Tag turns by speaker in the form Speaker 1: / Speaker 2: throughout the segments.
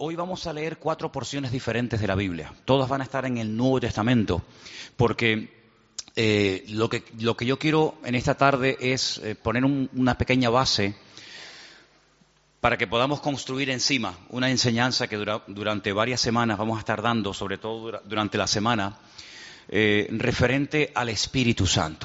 Speaker 1: Hoy vamos a leer 4 porciones diferentes de la Biblia. Todas van a estar en el Nuevo Testamento, porque lo que yo quiero en esta tarde es poner una pequeña base para que podamos construir encima una enseñanza que durante varias semanas vamos a estar dando, sobre todo durante la semana, referente al Espíritu Santo.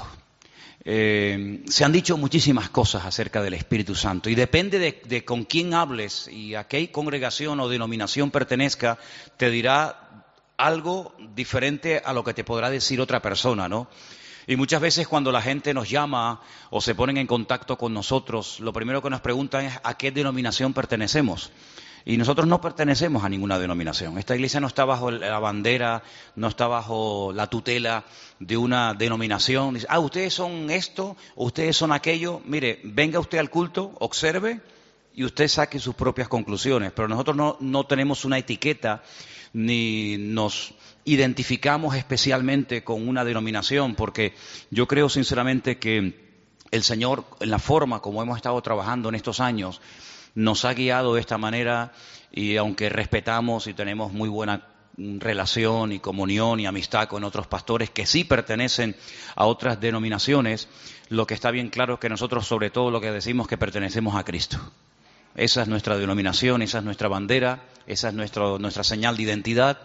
Speaker 1: Se han dicho muchísimas cosas acerca del Espíritu Santo y depende de con quién hables y a qué congregación o denominación pertenezca, te dirá algo diferente a lo que te podrá decir otra persona, ¿no? Y muchas veces cuando la gente nos llama o se ponen en contacto con nosotros, lo primero que nos preguntan es a qué denominación pertenecemos. Y nosotros no pertenecemos a ninguna denominación. Esta iglesia no está bajo la bandera, no está bajo la tutela de una denominación. Dice, ustedes son esto, o ustedes son aquello. Mire, venga usted al culto, observe y usted saque sus propias conclusiones. Pero nosotros no tenemos una etiqueta ni nos identificamos especialmente con una denominación, porque yo creo sinceramente que el Señor, en la forma como hemos estado trabajando en estos años, nos ha guiado de esta manera y aunque respetamos y tenemos muy buena relación y comunión y amistad con otros pastores que sí pertenecen a otras denominaciones, lo que está bien claro es que nosotros sobre todo lo que decimos es que pertenecemos a Cristo. Esa es nuestra denominación, esa es nuestra bandera, esa es nuestra señal de identidad.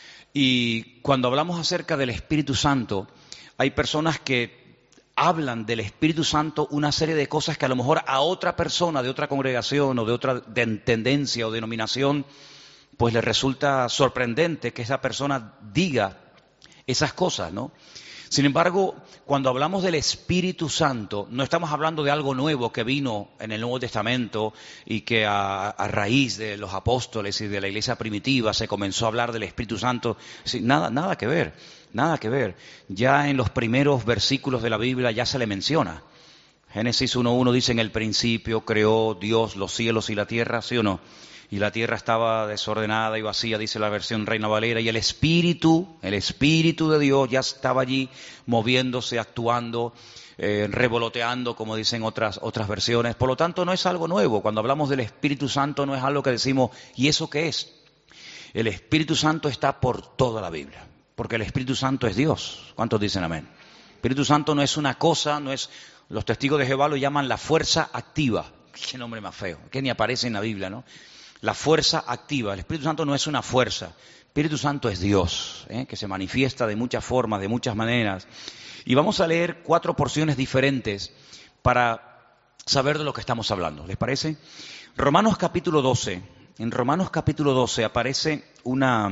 Speaker 1: Y cuando hablamos acerca del Espíritu Santo, hay personas que hablan del Espíritu Santo una serie de cosas que a lo mejor a otra persona de otra congregación o de otra tendencia o denominación, pues le resulta sorprendente que esa persona diga esas cosas, ¿no? Sin embargo, cuando hablamos del Espíritu Santo, no estamos hablando de algo nuevo que vino en el Nuevo Testamento y que a raíz de los apóstoles y de la iglesia primitiva se comenzó a hablar del Espíritu Santo. Sí, nada que ver, nada que ver. Ya en los primeros versículos de la Biblia ya se le menciona. Génesis 1:1 dice, en el principio creó Dios los cielos y la tierra, ¿sí o no? Y la tierra estaba desordenada y vacía, dice la versión Reina Valera, y el Espíritu de Dios ya estaba allí moviéndose, actuando, revoloteando, como dicen otras versiones. Por lo tanto, no es algo nuevo. Cuando hablamos del Espíritu Santo no es algo que decimos, ¿y eso qué es? El Espíritu Santo está por toda la Biblia, porque el Espíritu Santo es Dios. ¿Cuántos dicen amén? El Espíritu Santo no es una cosa, no es... Los testigos de Jehová lo llaman la fuerza activa. Qué nombre más feo, que ni aparece en la Biblia, ¿no? La fuerza activa. El Espíritu Santo no es una fuerza. El Espíritu Santo es Dios, que se manifiesta de muchas formas, de muchas maneras. Y vamos a leer 4 porciones diferentes para saber de lo que estamos hablando. ¿Les parece? Romanos capítulo 12. En Romanos capítulo 12 aparece una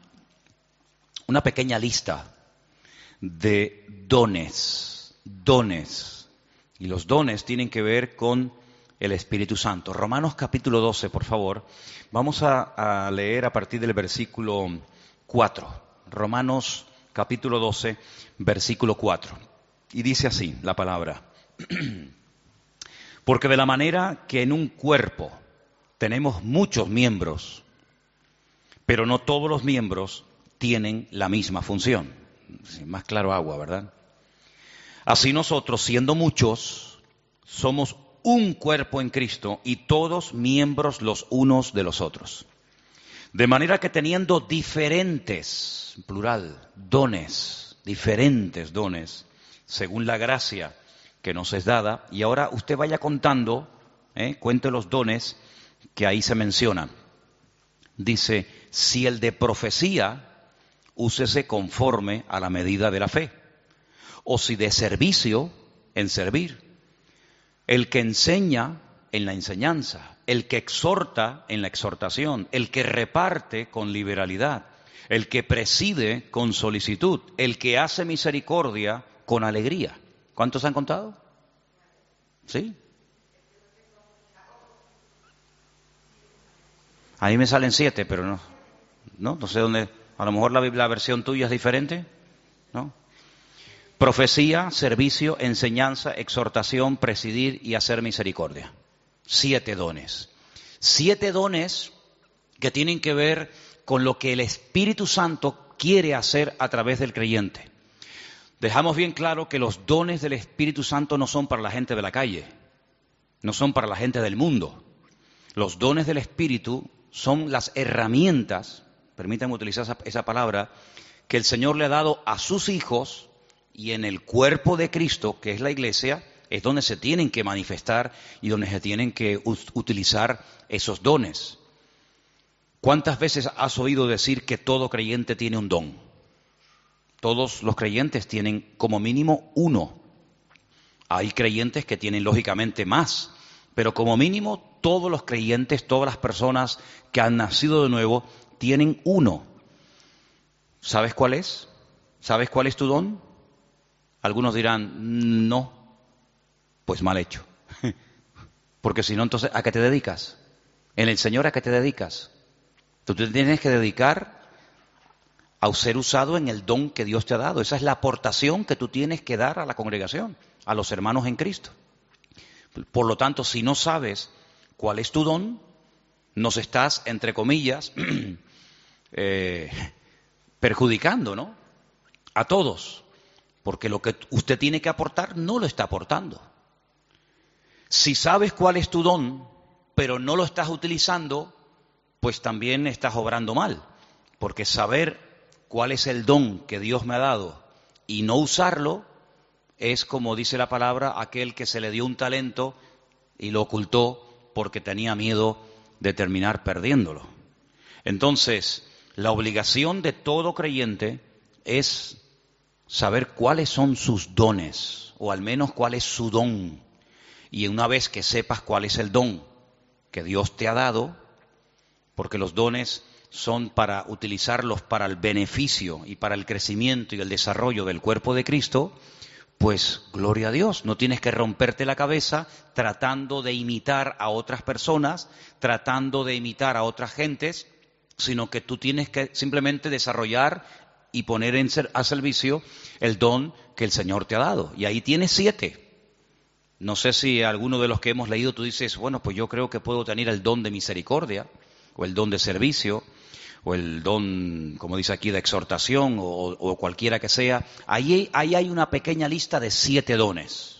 Speaker 1: pequeña lista de dones. Y los dones tienen que ver con el Espíritu Santo. Romanos capítulo 12, por favor. Vamos a leer a partir del versículo 4. Romanos capítulo 12, versículo 4. Y dice así la palabra. Porque de la manera que en un cuerpo tenemos muchos miembros, pero no todos los miembros tienen la misma función. Más claro agua, ¿verdad? Así nosotros, siendo muchos, somos un cuerpo en Cristo y todos miembros los unos de los otros. De manera que teniendo diferentes, plural, dones, diferentes dones, según la gracia que nos es dada, y ahora usted vaya contando, cuente los dones que ahí se mencionan. Dice, si el de profecía, úsese conforme a la medida de la fe, o si de servicio, en servir. El que enseña en la enseñanza, el que exhorta en la exhortación, el que reparte con liberalidad, el que preside con solicitud, el que hace misericordia con alegría. ¿Cuántos han contado? ¿Sí? A mí me salen 7, pero no sé dónde. A lo mejor la versión tuya es diferente, ¿no? Profecía, servicio, enseñanza, exhortación, presidir y hacer misericordia. 7 dones. 7 dones que tienen que ver con lo que el Espíritu Santo quiere hacer a través del creyente. Dejamos bien claro que los dones del Espíritu Santo no son para la gente de la calle, no son para la gente del mundo. Los dones del Espíritu son las herramientas, permítanme utilizar esa palabra, que el Señor le ha dado a sus hijos, y en el cuerpo de Cristo, que es la iglesia, es donde se tienen que manifestar y donde se tienen que utilizar esos dones. ¿Cuántas veces has oído decir que todo creyente tiene un don? Todos los creyentes tienen como mínimo uno. Hay creyentes que tienen lógicamente más, pero como mínimo todos los creyentes, todas las personas que han nacido de nuevo, tienen uno. ¿Sabes cuál es? ¿Sabes cuál es tu don? Algunos dirán, no, pues mal hecho. Porque si no, entonces, ¿a qué te dedicas? En el Señor, ¿a qué te dedicas? Tú te tienes que dedicar a ser usado en el don que Dios te ha dado. Esa es la aportación que tú tienes que dar a la congregación, a los hermanos en Cristo. Por lo tanto, si no sabes cuál es tu don, nos estás, entre comillas, perjudicando, ¿no? A todos. Porque lo que usted tiene que aportar no lo está aportando. Si sabes cuál es tu don, pero no lo estás utilizando, pues también estás obrando mal. Porque saber cuál es el don que Dios me ha dado y no usarlo es, como dice la palabra, aquel que se le dio un talento y lo ocultó porque tenía miedo de terminar perdiéndolo. Entonces, la obligación de todo creyente es saber cuáles son sus dones, o al menos cuál es su don. Y una vez que sepas cuál es el don que Dios te ha dado, porque los dones son para utilizarlos para el beneficio y para el crecimiento y el desarrollo del cuerpo de Cristo, pues gloria a Dios, no tienes que romperte la cabeza tratando de imitar a otras personas, tratando de imitar a otras gentes, sino que tú tienes que simplemente desarrollar y poner a servicio el don que el Señor te ha dado. Y ahí tienes 7. No sé si alguno de los que hemos leído tú dices, bueno, pues yo creo que puedo tener el don de misericordia, o el don de servicio, o el don, como dice aquí, de exhortación, o cualquiera que sea. Ahí hay una pequeña lista de 7 dones.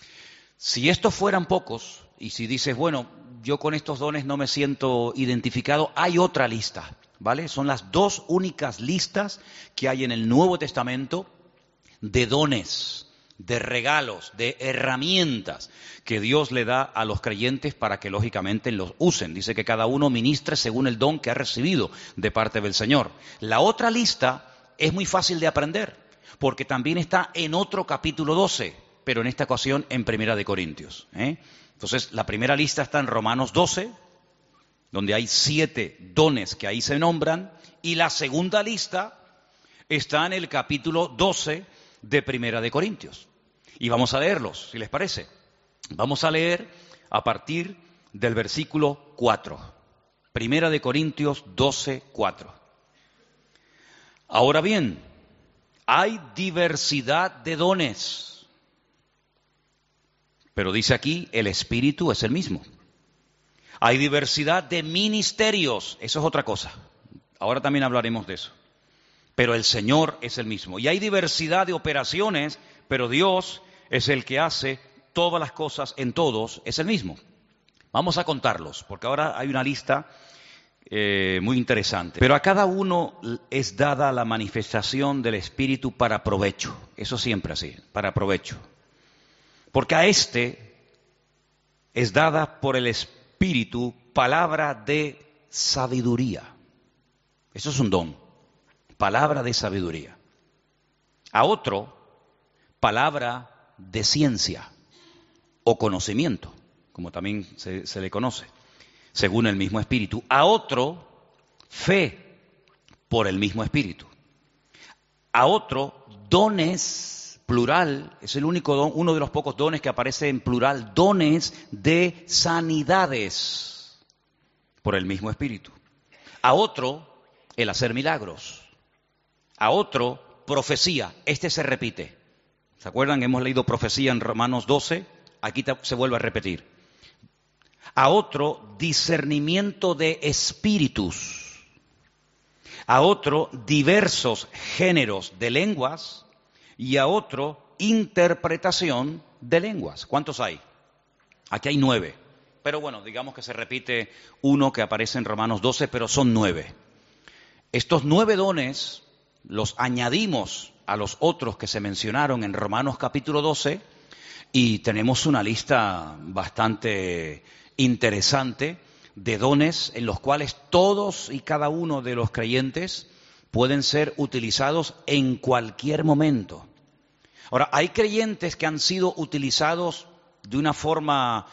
Speaker 1: Si estos fueran pocos, y si dices, bueno, yo con estos dones no me siento identificado, hay otra lista, ¿vale? Son las 2 únicas listas que hay en el Nuevo Testamento de dones, de regalos, de herramientas que Dios le da a los creyentes para que lógicamente los usen. Dice que cada uno ministre según el don que ha recibido de parte del Señor. La otra lista es muy fácil de aprender, porque también está en otro capítulo 12, pero en esta ocasión en Primera de Corintios. Entonces, la primera lista está en Romanos 12, donde hay 7 dones que ahí se nombran, y la segunda lista está en el capítulo 12 de Primera de Corintios. Y vamos a leerlos, si les parece. Vamos a leer a partir del versículo 4. Primera de Corintios 12, 4. Ahora bien, hay diversidad de dones, pero dice aquí, el Espíritu es el mismo. Hay diversidad de ministerios, eso es otra cosa. Ahora también hablaremos de eso. Pero el Señor es el mismo. Y hay diversidad de operaciones, pero Dios es el que hace todas las cosas en todos, es el mismo. Vamos a contarlos, porque ahora hay una lista muy interesante. Pero a cada uno es dada la manifestación del Espíritu para provecho. Eso siempre así, para provecho. Porque a este es dada por el Espíritu palabra de sabiduría. Eso es un don. Palabra de sabiduría. A otro, palabra de ciencia o conocimiento, como también se le conoce, según el mismo Espíritu. A otro, fe por el mismo Espíritu. A otro, dones, plural, es el único don, uno de los pocos dones que aparece en plural, dones de sanidades por el mismo Espíritu. A otro, el hacer milagros. A otro, profecía. Este se repite. ¿Se acuerdan? Hemos leído profecía en Romanos 12. Aquí se vuelve a repetir. A otro, discernimiento de espíritus. A otro, diversos géneros de lenguas. Y a otro, interpretación de lenguas. ¿Cuántos hay? Aquí hay 9. Pero bueno, digamos que se repite uno que aparece en Romanos 12, pero son 9. Estos 9 dones los añadimos a los otros que se mencionaron en Romanos capítulo 12 y tenemos una lista bastante interesante de dones en los cuales todos y cada uno de los creyentes pueden ser utilizados en cualquier momento. Ahora, hay creyentes que han sido utilizados de una forma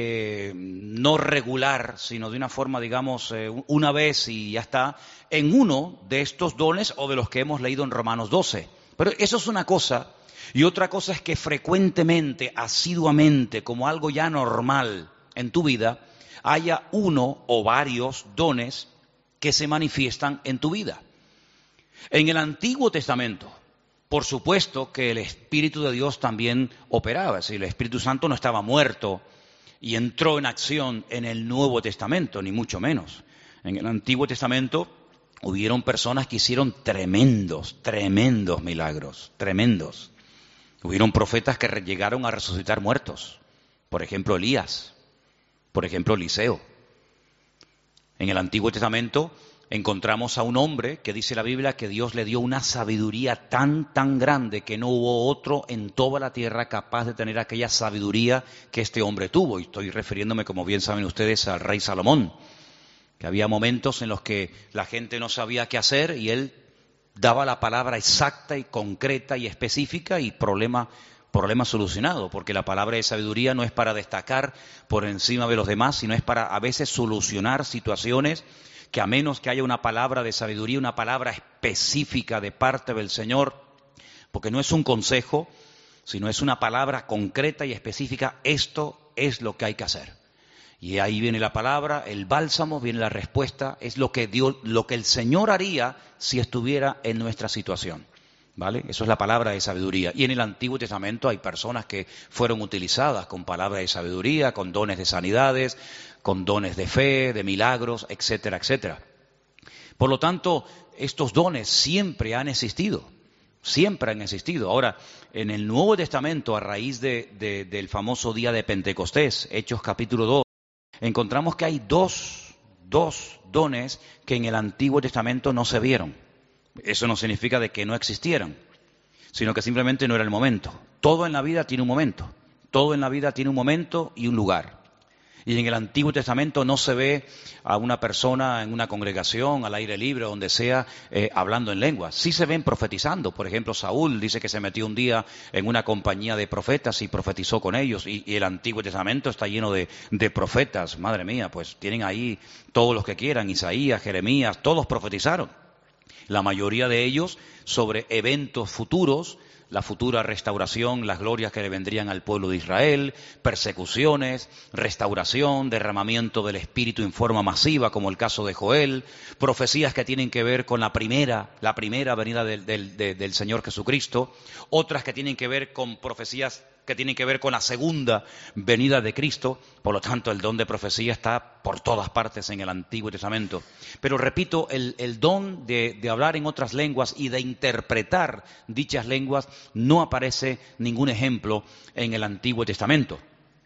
Speaker 1: no regular, sino de una forma, digamos, una vez y ya está, en uno de estos dones o de los que hemos leído en Romanos 12. Pero eso es una cosa, y otra cosa es que frecuentemente, asiduamente, como algo ya normal en tu vida, haya uno o varios dones que se manifiestan en tu vida. En el Antiguo Testamento, por supuesto que el Espíritu de Dios también operaba, es decir, el Espíritu Santo no estaba muerto y entró en acción en el Nuevo Testamento, ni mucho menos. En el Antiguo Testamento hubieron personas que hicieron tremendos milagros, tremendos. Hubieron profetas que llegaron a resucitar muertos, por ejemplo Elías, por ejemplo Eliseo. En el Antiguo Testamento encontramos a un hombre que dice la Biblia que Dios le dio una sabiduría tan grande que no hubo otro en toda la tierra capaz de tener aquella sabiduría que este hombre tuvo. Y estoy refiriéndome, como bien saben ustedes, al rey Salomón, que había momentos en los que la gente no sabía qué hacer y él daba la palabra exacta y concreta y específica y problema solucionado, porque la palabra de sabiduría no es para destacar por encima de los demás, sino es para a veces solucionar situaciones que a menos que haya una palabra de sabiduría, una palabra específica de parte del Señor, porque no es un consejo, sino es una palabra concreta y específica, esto es lo que hay que hacer. Y ahí viene la palabra, el bálsamo, viene la respuesta, es lo que el Señor haría si estuviera en nuestra situación. ¿Vale? Eso es la palabra de sabiduría. Y en el Antiguo Testamento hay personas que fueron utilizadas con palabra de sabiduría, con dones de sanidades, con dones de fe, de milagros, etcétera, etcétera. Por lo tanto, estos dones siempre han existido. Siempre han existido. Ahora, en el Nuevo Testamento, a raíz del famoso día de Pentecostés, Hechos capítulo 2, encontramos que hay dos dones que en el Antiguo Testamento no se vieron. Eso no significa de que no existieran, sino que simplemente no era el momento. Todo en la vida tiene un momento. Todo en la vida tiene un momento y un lugar. Y en el Antiguo Testamento no se ve a una persona en una congregación, al aire libre, donde sea, hablando en lenguas. Sí se ven profetizando. Por ejemplo, Saúl dice que se metió un día en una compañía de profetas y profetizó con ellos. Y el Antiguo Testamento está lleno de profetas. Madre mía, pues tienen ahí todos los que quieran. Isaías, Jeremías, todos profetizaron. La mayoría de ellos sobre eventos futuros, la futura restauración, las glorias que le vendrían al pueblo de Israel, persecuciones, restauración, derramamiento del Espíritu en forma masiva, como el caso de Joel, profecías que tienen que ver con la primera venida del Señor Jesucristo, otras que tienen que ver con profecías que tienen que ver con la segunda venida de Cristo. Por lo tanto, el don de profecía está por todas partes en el Antiguo Testamento. Pero repito, el don de hablar en otras lenguas y de interpretar dichas lenguas no aparece ningún ejemplo en el Antiguo Testamento.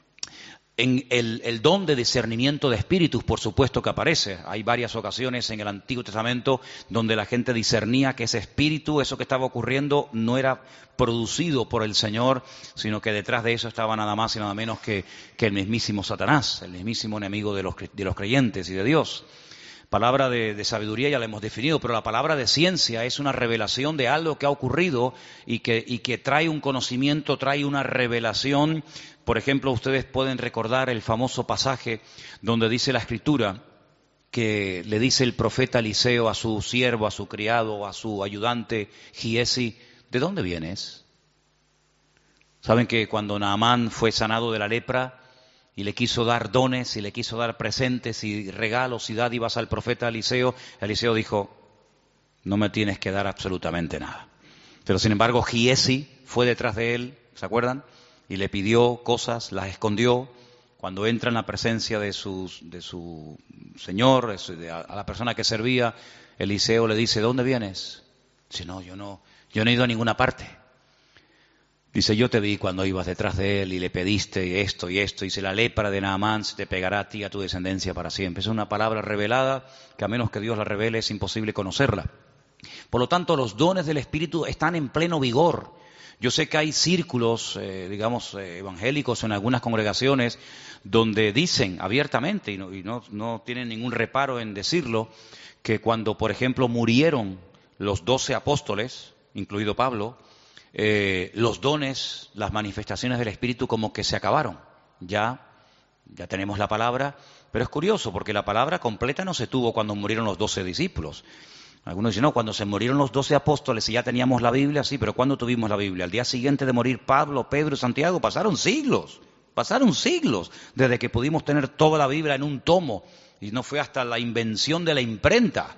Speaker 1: En el don de discernimiento de espíritus, por supuesto que aparece. Hay varias ocasiones en el Antiguo Testamento donde la gente discernía que ese espíritu, eso que estaba ocurriendo, no era producido por el Señor, sino que detrás de eso estaba nada más y nada menos que el mismísimo Satanás, el mismísimo enemigo de los creyentes y de Dios. Palabra de sabiduría ya la hemos definido, pero la palabra de ciencia es una revelación de algo que ha ocurrido y que trae un conocimiento, trae una revelación. Por ejemplo, ustedes pueden recordar el famoso pasaje donde dice la Escritura que le dice el profeta Eliseo a su siervo, a su criado, a su ayudante Giesi, ¿de dónde vienes? Saben que cuando Naamán fue sanado de la lepra y le quiso dar dones y le quiso dar presentes y regalos y dádivas al profeta Eliseo, Eliseo dijo, no me tienes que dar absolutamente nada. Pero sin embargo Giesi fue detrás de él, ¿se acuerdan? Y le pidió cosas, las escondió. Cuando entra en la presencia de su señor, a la persona que servía, Eliseo le dice, ¿dónde vienes? Dice, no, yo no he ido a ninguna parte. Dice, yo te vi cuando ibas detrás de él y le pediste esto y esto. Dice, la lepra de Naamán se te pegará a ti y a tu descendencia para siempre. Es una palabra revelada que a menos que Dios la revele es imposible conocerla. Por lo tanto, los dones del Espíritu están en pleno vigor. Yo sé que hay círculos, evangélicos en algunas congregaciones donde dicen abiertamente, y no tienen ningún reparo en decirlo, que cuando, por ejemplo, murieron los 12 apóstoles, incluido Pablo, los dones, las manifestaciones del Espíritu como que se acabaron. Ya tenemos la palabra, pero es curioso porque la palabra completa no se tuvo cuando murieron los 12 discípulos. Algunos dicen, no, cuando se murieron los 12 apóstoles y ya teníamos la Biblia, sí, pero ¿cuándo tuvimos la Biblia? Al día siguiente de morir Pablo, Pedro y Santiago, pasaron siglos desde que pudimos tener toda la Biblia en un tomo, y no fue hasta la invención de la imprenta,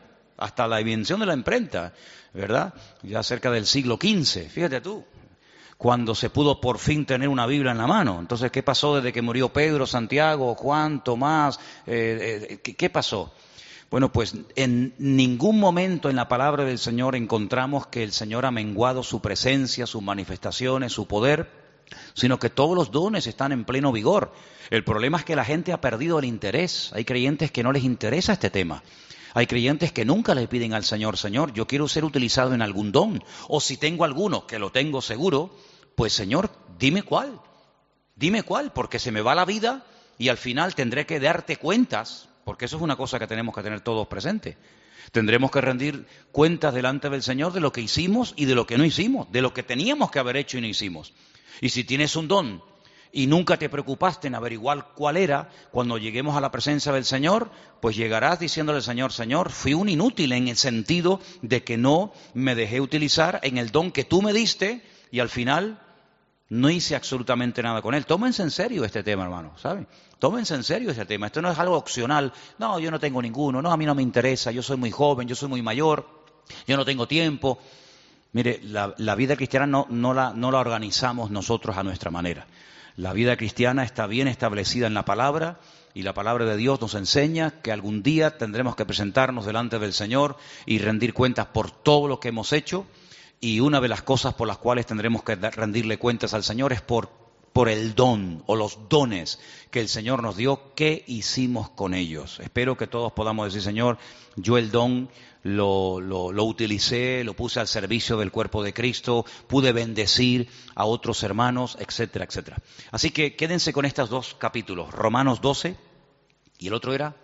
Speaker 1: ¿verdad? Ya cerca del siglo XV, fíjate tú, cuando se pudo por fin tener una Biblia en la mano. Entonces, ¿qué pasó desde que murió Pedro, Santiago, Juan, Tomás? ¿Qué pasó? Bueno, pues en ningún momento en la palabra del Señor encontramos que el Señor ha menguado su presencia, sus manifestaciones, su poder, sino que todos los dones están en pleno vigor. El problema es que la gente ha perdido el interés. Hay creyentes que no les interesa este tema. Hay creyentes que nunca le piden al Señor, Señor, yo quiero ser utilizado en algún don. O si tengo alguno, que lo tengo seguro, pues Señor, dime cuál, porque se me va la vida y al final tendré que darte cuentas. Porque eso es una cosa que tenemos que tener todos presentes. Tendremos que rendir cuentas delante del Señor de lo que hicimos y de lo que no hicimos, de lo que teníamos que haber hecho y no hicimos. Y si tienes un don y nunca te preocupaste en averiguar cuál era, cuando lleguemos a la presencia del Señor, pues llegarás diciéndole al Señor, Señor, fui un inútil en el sentido de que no me dejé utilizar en el don que tú me diste y al final no hice absolutamente nada con él. Tómense en serio este tema, hermano, ¿saben? Tómense en serio este tema. Esto no es algo opcional. No, yo no tengo ninguno. No, a mí no me interesa. Yo soy muy joven, yo soy muy mayor. Yo no tengo tiempo. Mire, la vida cristiana no la organizamos nosotros a nuestra manera. La vida cristiana está bien establecida en la palabra y la palabra de Dios nos enseña que algún día tendremos que presentarnos delante del Señor y rendir cuentas por todo lo que hemos hecho. Y una de las cosas por las cuales tendremos que rendirle cuentas al Señor es por el don o los dones que el Señor nos dio, ¿qué hicimos con ellos? Espero que todos podamos decir, Señor, yo el don lo utilicé, lo puse al servicio del cuerpo de Cristo, pude bendecir a otros hermanos, etcétera, etcétera. Así que quédense con estos dos capítulos, Romanos 12 y el otro era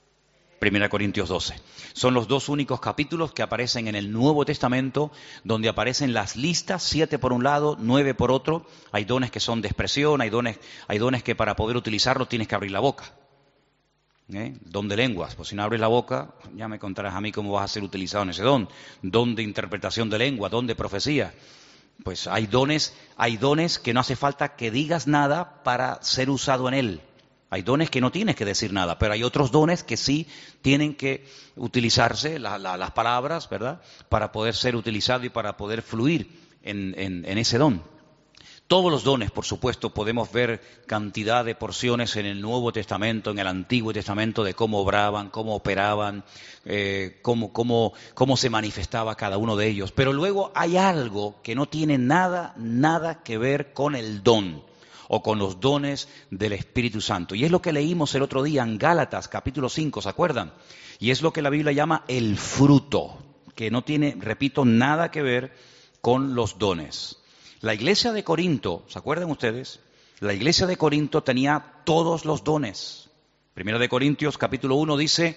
Speaker 1: 1 Corintios 12. Son los dos únicos capítulos que aparecen en el Nuevo Testamento, donde aparecen las listas, 7 por un lado, 9 por otro. Hay dones que son de expresión, hay dones que para poder utilizarlos tienes que abrir la boca. Don de lenguas, pues si no abres la boca, ya me contarás a mí cómo vas a ser utilizado en ese don. Don de interpretación de lengua, don de profecía. Pues hay dones que no hace falta que digas nada para ser usado en él. Hay dones que no tienes que decir nada, pero hay otros dones que sí tienen que utilizarse, las palabras, ¿verdad?, para poder ser utilizado y para poder fluir en ese don. Todos los dones, por supuesto, podemos ver cantidad de porciones en el Nuevo Testamento, en el Antiguo Testamento, de cómo obraban, cómo operaban, cómo se manifestaba cada uno de ellos. Pero luego hay algo que no tiene nada que ver con el don o con los dones del Espíritu Santo. Y es lo que leímos el otro día en Gálatas, capítulo 5, ¿se acuerdan? Y es lo que la Biblia llama el fruto, que no tiene, repito, nada que ver con los dones. La iglesia de Corinto, ¿se acuerdan ustedes? La iglesia de Corinto tenía todos los dones. Primera de Corintios, capítulo 1, dice,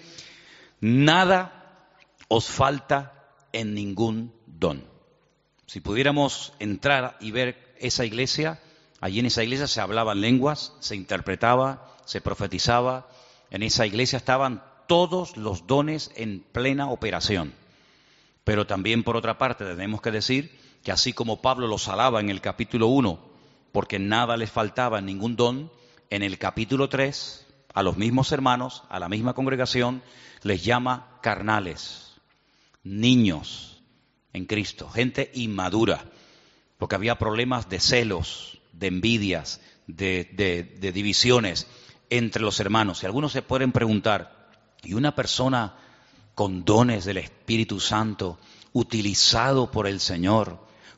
Speaker 1: nada os falta en ningún don. Si pudiéramos entrar y ver esa iglesia, allí en esa iglesia se hablaban lenguas, se interpretaba, se profetizaba. En esa iglesia estaban todos los dones en plena operación. Pero también, por otra parte, tenemos que decir que así como Pablo los alaba en el capítulo 1, porque nada les faltaba en ningún don, en el capítulo 3, a los mismos hermanos, a la misma congregación, les llama carnales, niños en Cristo, gente inmadura, porque había problemas de celos, de envidias, de divisiones entre los hermanos. Y algunos se pueden preguntar, ¿y una persona con dones del Espíritu Santo, utilizado por el Señor,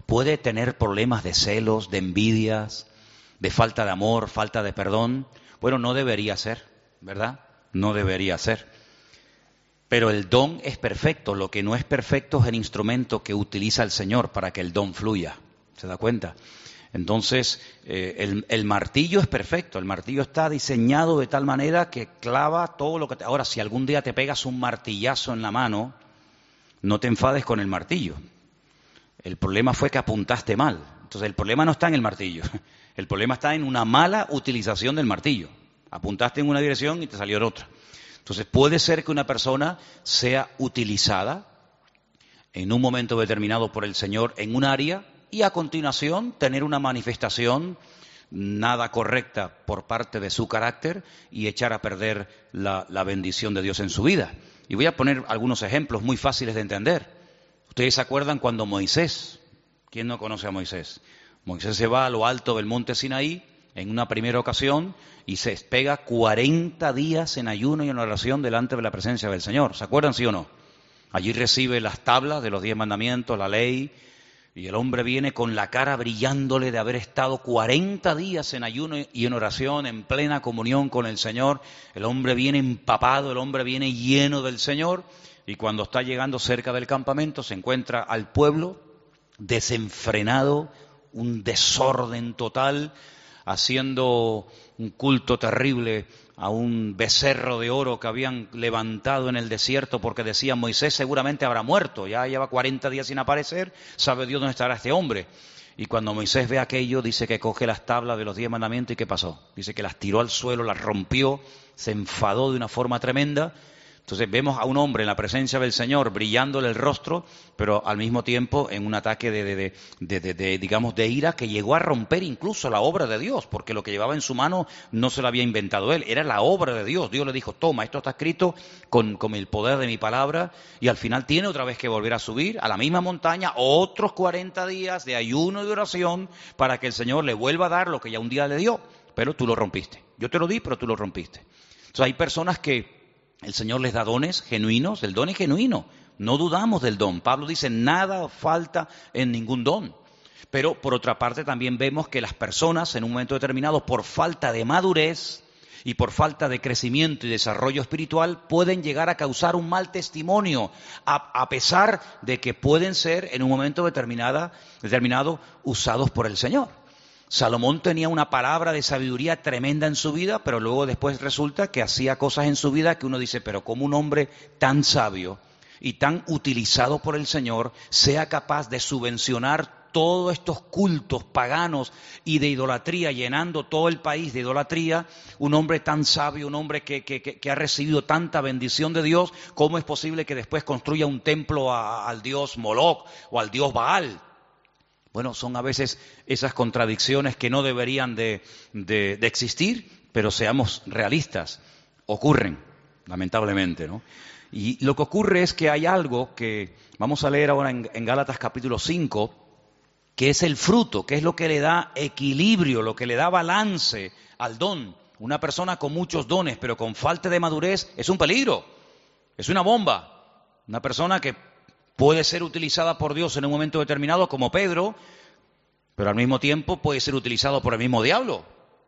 Speaker 1: puede tener problemas de celos, de envidias, de falta de amor, falta de perdón. Bueno, no debería ser, ¿verdad? No debería ser. Pero el don es perfecto. Lo que no es perfecto es el instrumento que utiliza el Señor para que el don fluya. ¿Se da cuenta? Entonces, el martillo es perfecto. El martillo está diseñado de tal manera que clava todo lo que te... Ahora, si algún día te pegas un martillazo en la mano, no te enfades con el martillo. El problema fue que apuntaste mal. Entonces, el problema no está en el martillo. El problema está en una mala utilización del martillo. Apuntaste en una dirección y te salió en otra. Entonces, puede ser que una persona sea utilizada en un momento determinado por el Señor en un área y a continuación tener una manifestación nada correcta por parte de su carácter y echar a perder la bendición de Dios en su vida. Y voy a poner algunos ejemplos muy fáciles de entender. Ustedes se acuerdan cuando Moisés, ¿quién no conoce a Moisés? Moisés se va a lo alto del monte Sinaí en una primera ocasión y se pega 40 días en ayuno y en oración delante de la presencia del Señor. ¿Se acuerdan, sí o no? Allí recibe las tablas de los 10 mandamientos, la ley, y el hombre viene con la cara brillándole de haber estado 40 días en ayuno y en oración, en plena comunión con el Señor. El hombre viene empapado, el hombre viene lleno del Señor, y cuando está llegando cerca del campamento se encuentra al pueblo desenfrenado, un desorden total, haciendo un culto terrible a un becerro de oro que habían levantado en el desierto porque decían Moisés seguramente habrá muerto, ya lleva 40 días sin aparecer, sabe Dios dónde estará este hombre. Y cuando Moisés ve aquello, dice que coge las tablas de los 10 mandamientos y ¿qué pasó? Dice que las tiró al suelo, las rompió, se enfadó de una forma tremenda. Entonces vemos a un hombre en la presencia del Señor brillándole el rostro, pero al mismo tiempo en un ataque de ira que llegó a romper incluso la obra de Dios, porque lo que llevaba en su mano no se lo había inventado él, era la obra de Dios. Dios le dijo, toma, esto está escrito con el poder de mi palabra, y al final tiene otra vez que volver a subir a la misma montaña, otros 40 días de ayuno y de oración para que el Señor le vuelva a dar lo que ya un día le dio, pero tú lo rompiste. Yo te lo di, pero tú lo rompiste. Entonces hay personas que el Señor les da dones genuinos, el don es genuino, no dudamos del don. Pablo dice, nada falta en ningún don. Pero por otra parte también vemos que las personas en un momento determinado, por falta de madurez y por falta de crecimiento y desarrollo espiritual, pueden llegar a causar un mal testimonio, a pesar de que pueden ser en un momento determinado usados por el Señor. Salomón tenía una palabra de sabiduría tremenda en su vida, pero luego después resulta que hacía cosas en su vida que uno dice, pero ¿cómo un hombre tan sabio y tan utilizado por el Señor sea capaz de subvencionar todos estos cultos paganos y de idolatría, llenando todo el país de idolatría? Un hombre tan sabio, un hombre que ha recibido tanta bendición de Dios, ¿cómo es posible que después construya un templo al dios Moloch o al dios Baal? Bueno, son a veces esas contradicciones que no deberían de existir, pero seamos realistas, ocurren, lamentablemente, ¿no? Y lo que ocurre es que hay algo que vamos a leer ahora en Gálatas capítulo 5, que es el fruto, que es lo que le da equilibrio, lo que le da balance al don. Una persona con muchos dones, pero con falta de madurez, es un peligro, es una bomba. Una persona que puede ser utilizada por Dios en un momento determinado, como Pedro, pero al mismo tiempo puede ser utilizado por el mismo diablo.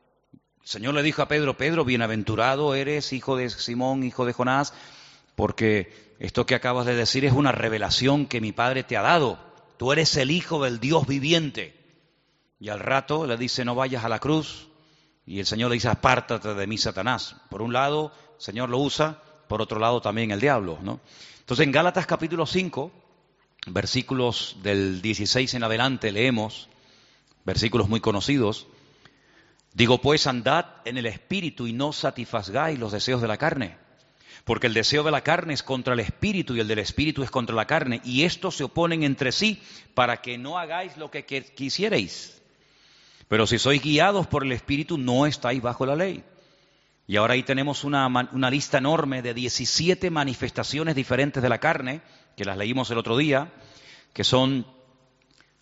Speaker 1: El Señor le dijo a Pedro, Pedro, bienaventurado eres, hijo de Simón, hijo de Jonás, porque esto que acabas de decir es una revelación que mi Padre te ha dado. Tú eres el Hijo del Dios viviente. Y al rato le dice, no vayas a la cruz. Y el Señor le dice, apártate de mí, Satanás. Por un lado, el Señor lo usa, por otro lado también el diablo, ¿no? Entonces en Gálatas capítulo 5, versículos del 16 en adelante leemos, versículos muy conocidos. Digo pues, andad en el Espíritu y no satisfagáis los deseos de la carne. Porque el deseo de la carne es contra el Espíritu y el del Espíritu es contra la carne. Y estos se oponen entre sí para que no hagáis lo que quisierais. Pero si sois guiados por el Espíritu, no estáis bajo la ley. Y ahora ahí tenemos una lista enorme de 17 manifestaciones diferentes de la carne, que las leímos el otro día, que son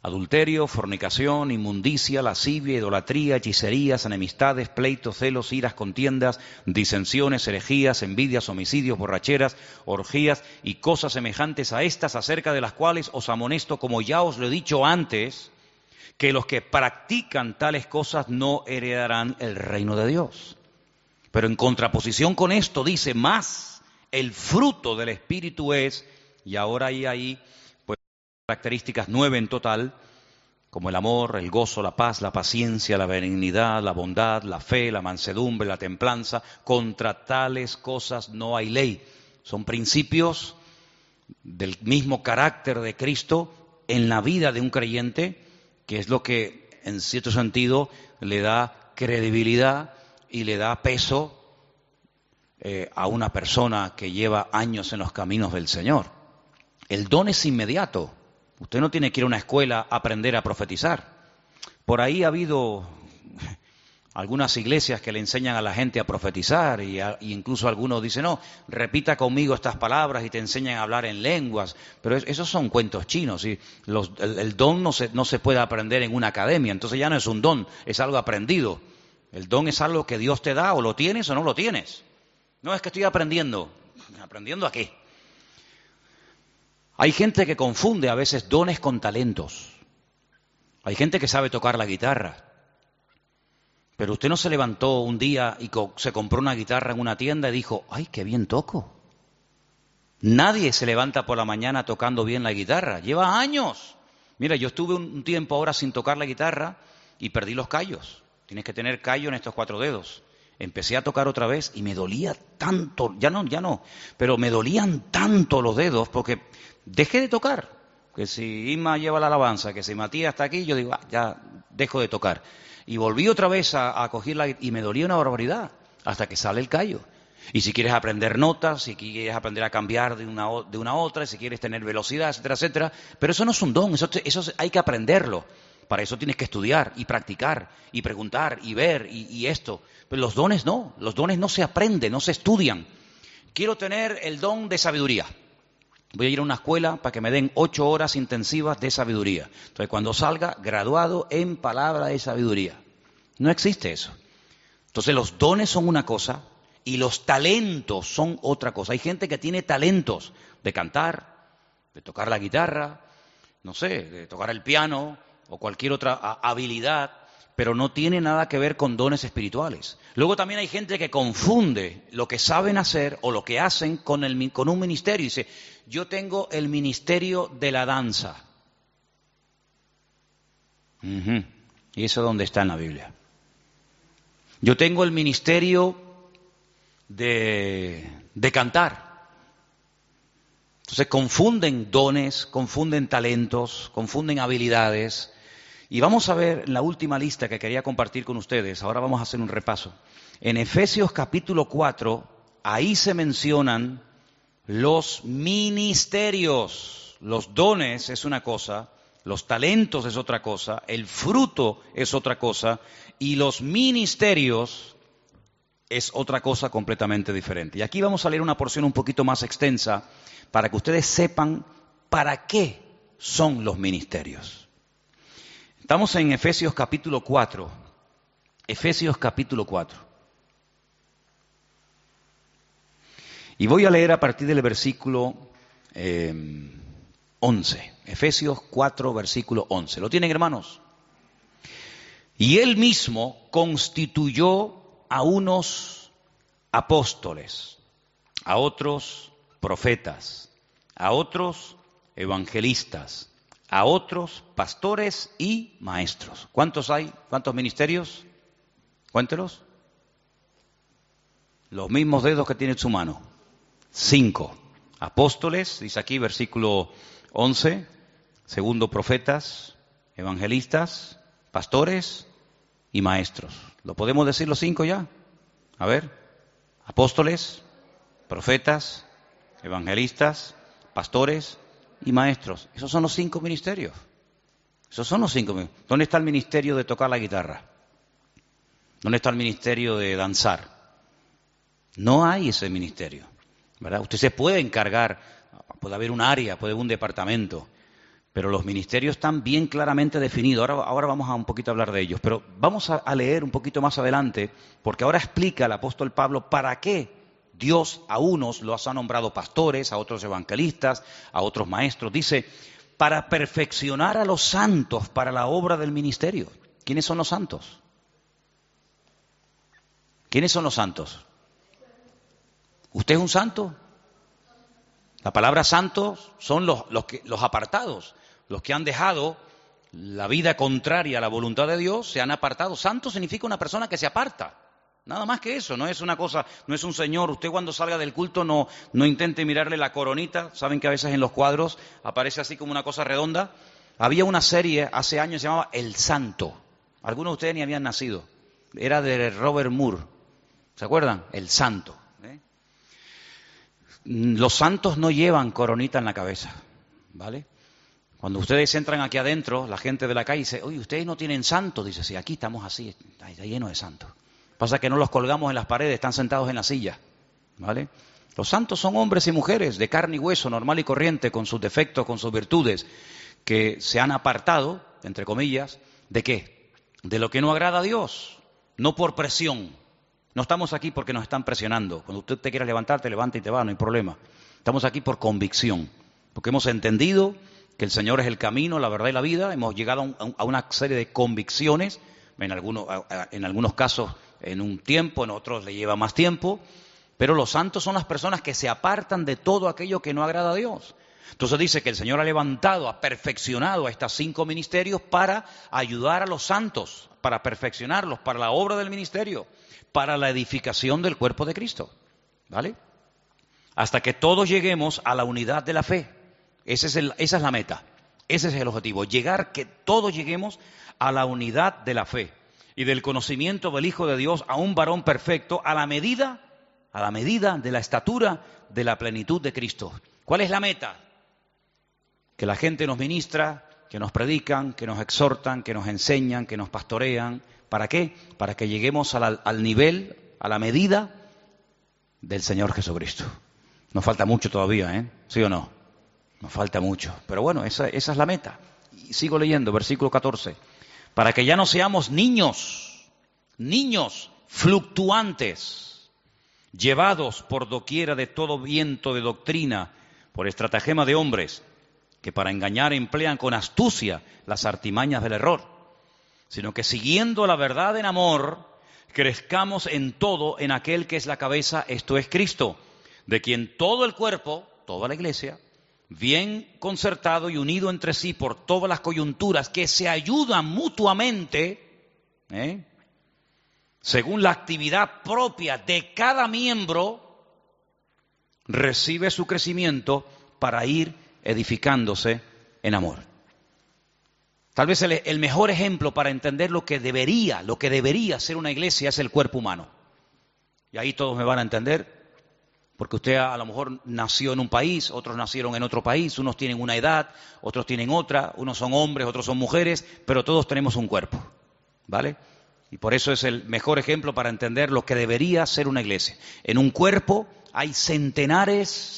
Speaker 1: adulterio, fornicación, inmundicia, lascivia, idolatría, hechicerías, enemistades, pleitos, celos, iras, contiendas, disensiones, herejías, envidias, homicidios, borracheras, orgías y cosas semejantes a estas, acerca de las cuales os amonesto, como ya os lo he dicho antes, que los que practican tales cosas no heredarán el reino de Dios. Pero en contraposición con esto dice más, el fruto del Espíritu es, y ahora hay ahí pues características 9 en total, como el amor, el gozo, la paz, la paciencia, la benignidad, la bondad, la fe, la mansedumbre, la templanza. Contra tales cosas no hay ley. Son principios del mismo carácter de Cristo en la vida de un creyente, que es lo que en cierto sentido le da credibilidad y le da peso a una persona que lleva años en los caminos del Señor. El don es inmediato. Usted no tiene que ir a una escuela a aprender a profetizar. Por ahí ha habido algunas iglesias que le enseñan a la gente a profetizar y incluso algunos dicen, no, repita conmigo estas palabras y te enseñan a hablar en lenguas. Pero esos son cuentos chinos y el don no se puede aprender en una academia. Entonces ya no es un don, es algo aprendido. El don es algo que Dios te da, o lo tienes o no lo tienes. No es que estoy aprendiendo. ¿Aprendiendo a qué? Hay gente que confunde a veces dones con talentos. Hay gente que sabe tocar la guitarra. Pero usted no se levantó un día y se compró una guitarra en una tienda y dijo, ¡ay, qué bien toco! Nadie se levanta por la mañana tocando bien la guitarra. Lleva años. Mira, yo estuve un tiempo ahora sin tocar la guitarra y perdí los callos. Tienes que tener callo en estos 4 dedos. Empecé a tocar otra vez y me dolía tanto, ya no, pero me dolían tanto los dedos porque dejé de tocar. Que si Inma lleva la alabanza, que si Matías está aquí, yo digo, ya dejo de tocar. Y volví otra vez a cogerla y me dolía una barbaridad hasta que sale el callo. Y si quieres aprender notas, si quieres aprender a cambiar de una a otra, si quieres tener velocidad, etcétera, etcétera. Pero eso no es un don, eso hay que aprenderlo. Para eso tienes que estudiar y practicar y preguntar y ver y esto. Pero los dones no se aprenden, no se estudian. Quiero tener el don de sabiduría. Voy a ir a una escuela para que me den 8 horas intensivas de sabiduría. Entonces, cuando salga, graduado en palabra de sabiduría. No existe eso. Entonces, los dones son una cosa y los talentos son otra cosa. Hay gente que tiene talentos de cantar, de tocar la guitarra, no sé, de tocar el piano o cualquier otra habilidad, pero no tiene nada que ver con dones espirituales. Luego también hay gente que confunde lo que saben hacer o lo que hacen con un ministerio. Dice, yo tengo el ministerio de la danza. ¿Y eso dónde está en la Biblia? Yo tengo el ministerio de cantar. Entonces confunden dones, confunden talentos, confunden habilidades. Y vamos a ver en la última lista que quería compartir con ustedes, ahora vamos a hacer un repaso. En Efesios capítulo 4, ahí se mencionan los ministerios. Los dones es una cosa, los talentos es otra cosa, el fruto es otra cosa y los ministerios es otra cosa completamente diferente. Y aquí vamos a leer una porción un poquito más extensa para que ustedes sepan para qué son los ministerios. Estamos en Efesios capítulo 4. Efesios capítulo 4. Y voy a leer a partir del versículo 11. Efesios 4, versículo 11. ¿Lo tienen, hermanos? Y él mismo constituyó a unos apóstoles, a otros profetas, a otros evangelistas, a otros pastores y maestros. ¿Cuántos hay? ¿Cuántos ministerios? Cuéntelos. Los mismos dedos que tiene en su mano. 5. Apóstoles, dice aquí versículo 11. Segundo, profetas, evangelistas, pastores y maestros. ¿Lo podemos decir los 5 ya? A ver. Apóstoles, profetas, evangelistas, pastores y maestros. Esos son los 5 ministerios. Esos son los 5 ministerios. ¿Dónde está el ministerio de tocar la guitarra? ¿Dónde está el ministerio de danzar? No hay ese ministerio, ¿verdad? Usted se puede encargar, puede haber un área, puede haber un departamento, Pero los ministerios están bien claramente definidos. Ahora vamos a un poquito a hablar de ellos. Pero vamos a leer un poquito más adelante, porque ahora explica el apóstol Pablo para qué Dios a unos los ha nombrado pastores, a otros evangelistas, a otros maestros. Dice, para perfeccionar a los santos para la obra del ministerio. ¿Quiénes son los santos? ¿Quiénes son los santos? ¿Usted es un santo? La palabra santos son los apartados. Los que han dejado la vida contraria a la voluntad de Dios, se han apartado. Santo significa una persona que se aparta. Nada más que eso, no es una cosa, no es un señor. Usted cuando salga del culto no intente mirarle la coronita. Saben que a veces en los cuadros aparece así como una cosa redonda. Había una serie hace años que se llamaba El Santo. Algunos de ustedes ni habían nacido. Era de Robert Moore. ¿Se acuerdan? El Santo. Los santos no llevan coronita en la cabeza, ¿vale? Cuando ustedes entran aquí adentro, la gente de la calle dice, oye, ¿ustedes no tienen santos? Dice, sí, aquí estamos así, está lleno de santos. Pasa que no los colgamos en las paredes, están sentados en la silla, ¿vale? Los santos son hombres y mujeres de carne y hueso, normal y corriente, con sus defectos, con sus virtudes, que se han apartado, entre comillas, ¿de qué? De lo que no agrada a Dios, no por presión. No estamos aquí porque nos están presionando. Cuando usted te quiera levantar, te levanta y te va, no hay problema. Estamos aquí por convicción, porque hemos entendido que el Señor es el camino, la verdad y la vida. Hemos llegado a una serie de convicciones, en algunos casos en un tiempo, en otros le lleva más tiempo, pero los santos son las personas que se apartan de todo aquello que no agrada a Dios. Entonces dice que el Señor ha levantado, ha perfeccionado a estos 5 ministerios para ayudar a los santos, para perfeccionarlos, para la obra del ministerio, para la edificación del cuerpo de Cristo, ¿vale? Hasta que todos lleguemos a la unidad de la fe. Esa es la meta, ese es el objetivo, que todos lleguemos a la unidad de la fe y del conocimiento del Hijo de Dios, a un varón perfecto, a la medida de la estatura de la plenitud de Cristo. ¿Cuál es la meta? Que la gente nos ministra, que nos predican, que nos exhortan, que nos enseñan, que nos pastorean. ¿Para qué? Para que lleguemos al nivel, a la medida del Señor Jesucristo. Nos falta mucho todavía, ¿eh? ¿Sí o no? Nos falta mucho. Pero bueno, esa es la meta. Y sigo leyendo, versículo 14. Para que ya no seamos niños fluctuantes, llevados por doquiera de todo viento de doctrina, por estratagema de hombres, que para engañar emplean con astucia las artimañas del error, sino que siguiendo la verdad en amor, crezcamos en todo en aquel que es la cabeza, esto es Cristo, de quien todo el cuerpo, toda la iglesia, bien concertado y unido entre sí por todas las coyunturas que se ayudan mutuamente, según la actividad propia de cada miembro, recibe su crecimiento para ir edificándose en amor. Tal vez el mejor ejemplo para entender lo que debería ser una iglesia es el cuerpo humano. Y ahí todos me van a entender, porque usted a lo mejor nació en un país, otros nacieron en otro país, unos tienen una edad, otros tienen otra, unos son hombres, otros son mujeres, pero todos tenemos un cuerpo, ¿vale? Y por eso es el mejor ejemplo para entender lo que debería ser una iglesia. En un cuerpo hay centenares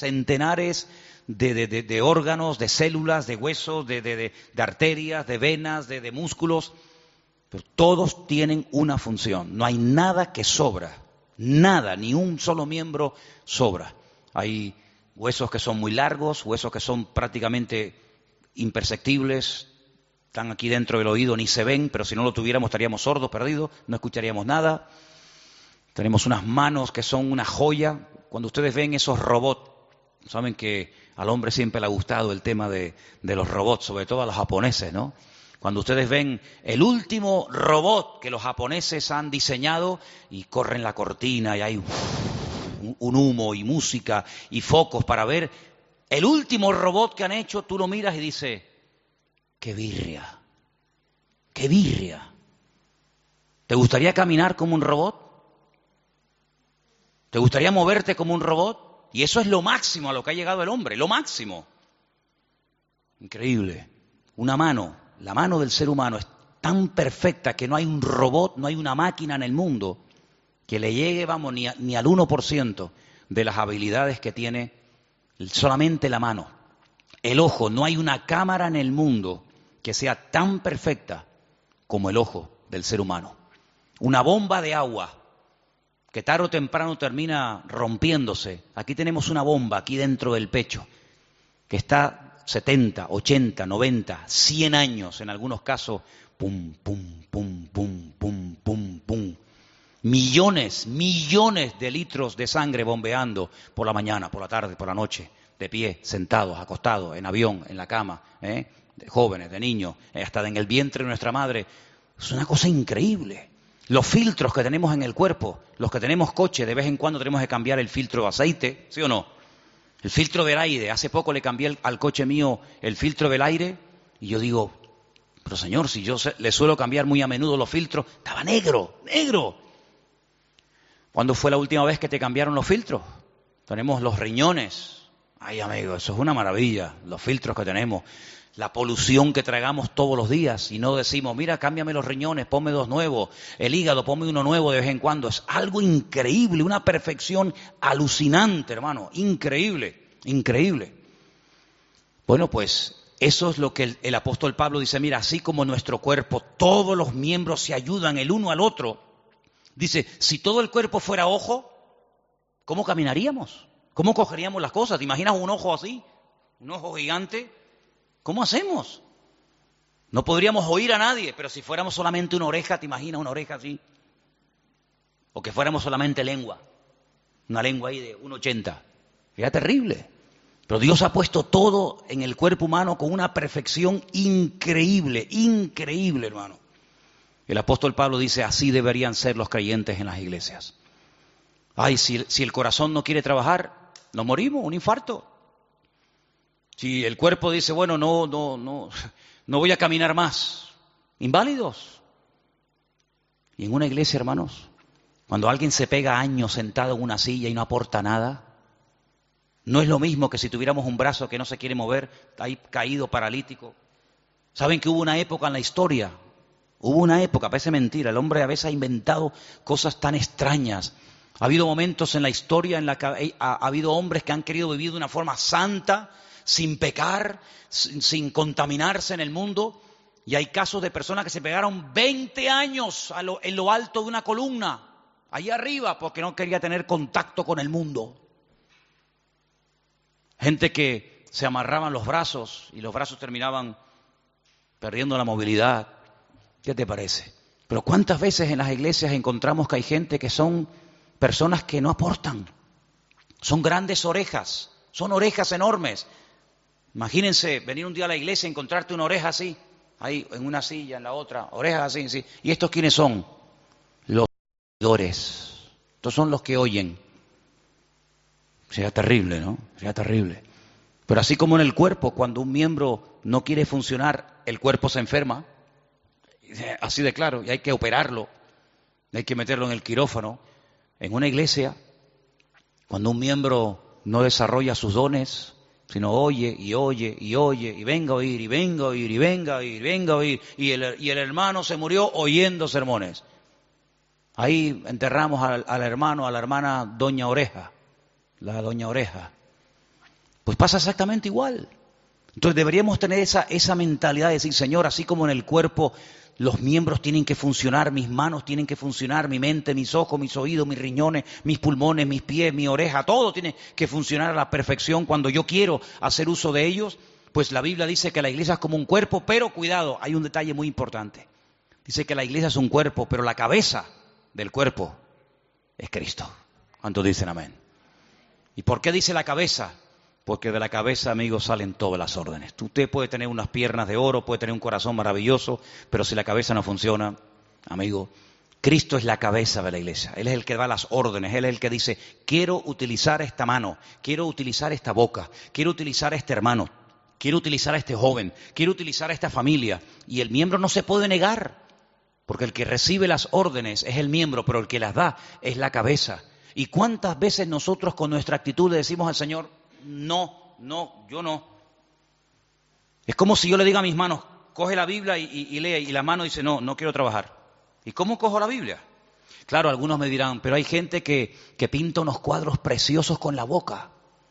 Speaker 1: de órganos, de células, de huesos, de arterias, de venas, de músculos, pero todos tienen una función. No hay nada que sobra, nada, ni un solo miembro sobra. Hay huesos que son muy largos, huesos que son prácticamente imperceptibles, están aquí dentro del oído, ni se ven, pero si no lo tuviéramos estaríamos sordos, perdidos, no escucharíamos nada. Tenemos unas manos que son una joya. Cuando ustedes ven esos robots, saben que al hombre siempre le ha gustado el tema de los robots, sobre todo a los japoneses, ¿no? Cuando ustedes ven el último robot que los japoneses han diseñado y corren la cortina y hay un humo y música y focos para ver el último robot que han hecho, tú lo miras y dices, ¡qué birria! ¡Qué birria! ¿Te gustaría caminar como un robot? ¿Te gustaría moverte como un robot? Y eso es lo máximo a lo que ha llegado el hombre, lo máximo. Increíble. Una mano, la mano del ser humano es tan perfecta que no hay un robot, no hay una máquina en el mundo que le llegue, vamos, ni al 1% de las habilidades que tiene solamente la mano. El ojo, no hay una cámara en el mundo que sea tan perfecta como el ojo del ser humano. Una bomba de agua que tarde o temprano termina rompiéndose. Aquí tenemos una bomba aquí dentro del pecho que está 70, 80, 90, 100 años en algunos casos, pum, pum, pum, pum, pum, pum, pum. Millones de litros de sangre bombeando por la mañana, por la tarde, por la noche, de pie, sentados, acostados, en avión, en la cama, de jóvenes, de niños, hasta en el vientre de nuestra madre. Es una cosa increíble. Los filtros que tenemos en el cuerpo, los que tenemos coche, de vez en cuando tenemos que cambiar el filtro de aceite, ¿sí o no? El filtro del aire, hace poco le cambié al coche mío el filtro del aire y yo digo, pero señor, si yo le suelo cambiar muy a menudo los filtros, estaba negro, negro. ¿Cuándo fue la última vez que te cambiaron los filtros? Tenemos los riñones. Ay, amigo, eso es una maravilla, los filtros que tenemos. La polución que tragamos todos los días y no decimos, mira, cámbiame los riñones, ponme dos nuevos, el hígado, ponme uno nuevo de vez en cuando. Es algo increíble, una perfección alucinante, hermano, increíble, increíble. Bueno, pues eso es lo que el apóstol Pablo dice, mira, así como nuestro cuerpo, todos los miembros se ayudan el uno al otro. Dice, si todo el cuerpo fuera ojo, ¿cómo caminaríamos? ¿Cómo cogeríamos las cosas? ¿Te imaginas un ojo así? Un ojo gigante. ¿Cómo hacemos? No podríamos oír a nadie, pero si fuéramos solamente una oreja, ¿te imaginas una oreja así? O que fuéramos solamente lengua, una lengua ahí de 1,80. Sería terrible. Pero Dios ha puesto todo en el cuerpo humano con una perfección increíble, increíble, hermano. El apóstol Pablo dice, así deberían ser los creyentes en las iglesias. Ay, si el corazón no quiere trabajar, nos morimos, un infarto. Si el cuerpo dice, bueno, no voy a caminar más, inválidos. Y en una iglesia, hermanos, cuando alguien se pega años sentado en una silla y no aporta nada, no es lo mismo que si tuviéramos un brazo que no se quiere mover, ahí caído, paralítico. ¿Saben que hubo una época en la historia? Hubo una época, parece mentira, el hombre a veces ha inventado cosas tan extrañas. Ha habido momentos en la historia en la que ha habido hombres que han querido vivir de una forma santa, sin pecar, sin contaminarse en el mundo. Y hay casos de personas que se pegaron 20 años en lo alto de una columna, allá arriba, porque no quería tener contacto con el mundo. Gente que se amarraban los brazos y los brazos terminaban perdiendo la movilidad. ¿Qué te parece? Pero ¿cuántas veces en las iglesias encontramos que hay gente que son personas que no aportan? Son grandes orejas, son orejas enormes. Imagínense venir un día a la iglesia y encontrarte una oreja así, ahí en una silla, en la otra, orejas así, así. ¿Y estos quiénes son? Los oidores. Estos son los que oyen. Sería terrible, ¿no? Sería terrible. Pero así como en el cuerpo, cuando un miembro no quiere funcionar, el cuerpo se enferma. Así de claro, y hay que operarlo, hay que meterlo en el quirófano. En una iglesia, cuando un miembro no desarrolla sus dones, sino oye, y venga a oír, y venga a oír, y venga a oír, venga a oír, y el hermano se murió oyendo sermones. Ahí enterramos al hermano, a la hermana Doña Oreja, la Doña Oreja. Pues pasa exactamente igual. Entonces deberíamos tener esa mentalidad de decir, Señor, así como en el cuerpo los miembros tienen que funcionar, mis manos tienen que funcionar, mi mente, mis ojos, mis oídos, mis riñones, mis pulmones, mis pies, mi oreja, todo tiene que funcionar a la perfección cuando yo quiero hacer uso de ellos. Pues la Biblia dice que la iglesia es como un cuerpo, pero cuidado, hay un detalle muy importante. Dice que la iglesia es un cuerpo, pero la cabeza del cuerpo es Cristo. ¿Cuántos dicen amén? ¿Y por qué dice la cabeza? Porque de la cabeza, amigos, salen todas las órdenes. Usted puede tener unas piernas de oro, puede tener un corazón maravilloso, pero si la cabeza no funciona, amigo, Cristo es la cabeza de la iglesia. Él es el que da las órdenes, Él es el que dice, quiero utilizar esta mano, quiero utilizar esta boca, quiero utilizar a este hermano, quiero utilizar a este joven, quiero utilizar a esta familia. Y el miembro no se puede negar, porque el que recibe las órdenes es el miembro, pero el que las da es la cabeza. ¿Y cuántas veces nosotros con nuestra actitud le decimos al Señor, no, yo no? Es como si yo le diga a mis manos, coge la Biblia y lee, y la mano dice, no quiero trabajar. ¿Y cómo cojo la Biblia? Claro, algunos me dirán, pero hay gente que pinta unos cuadros preciosos con la boca.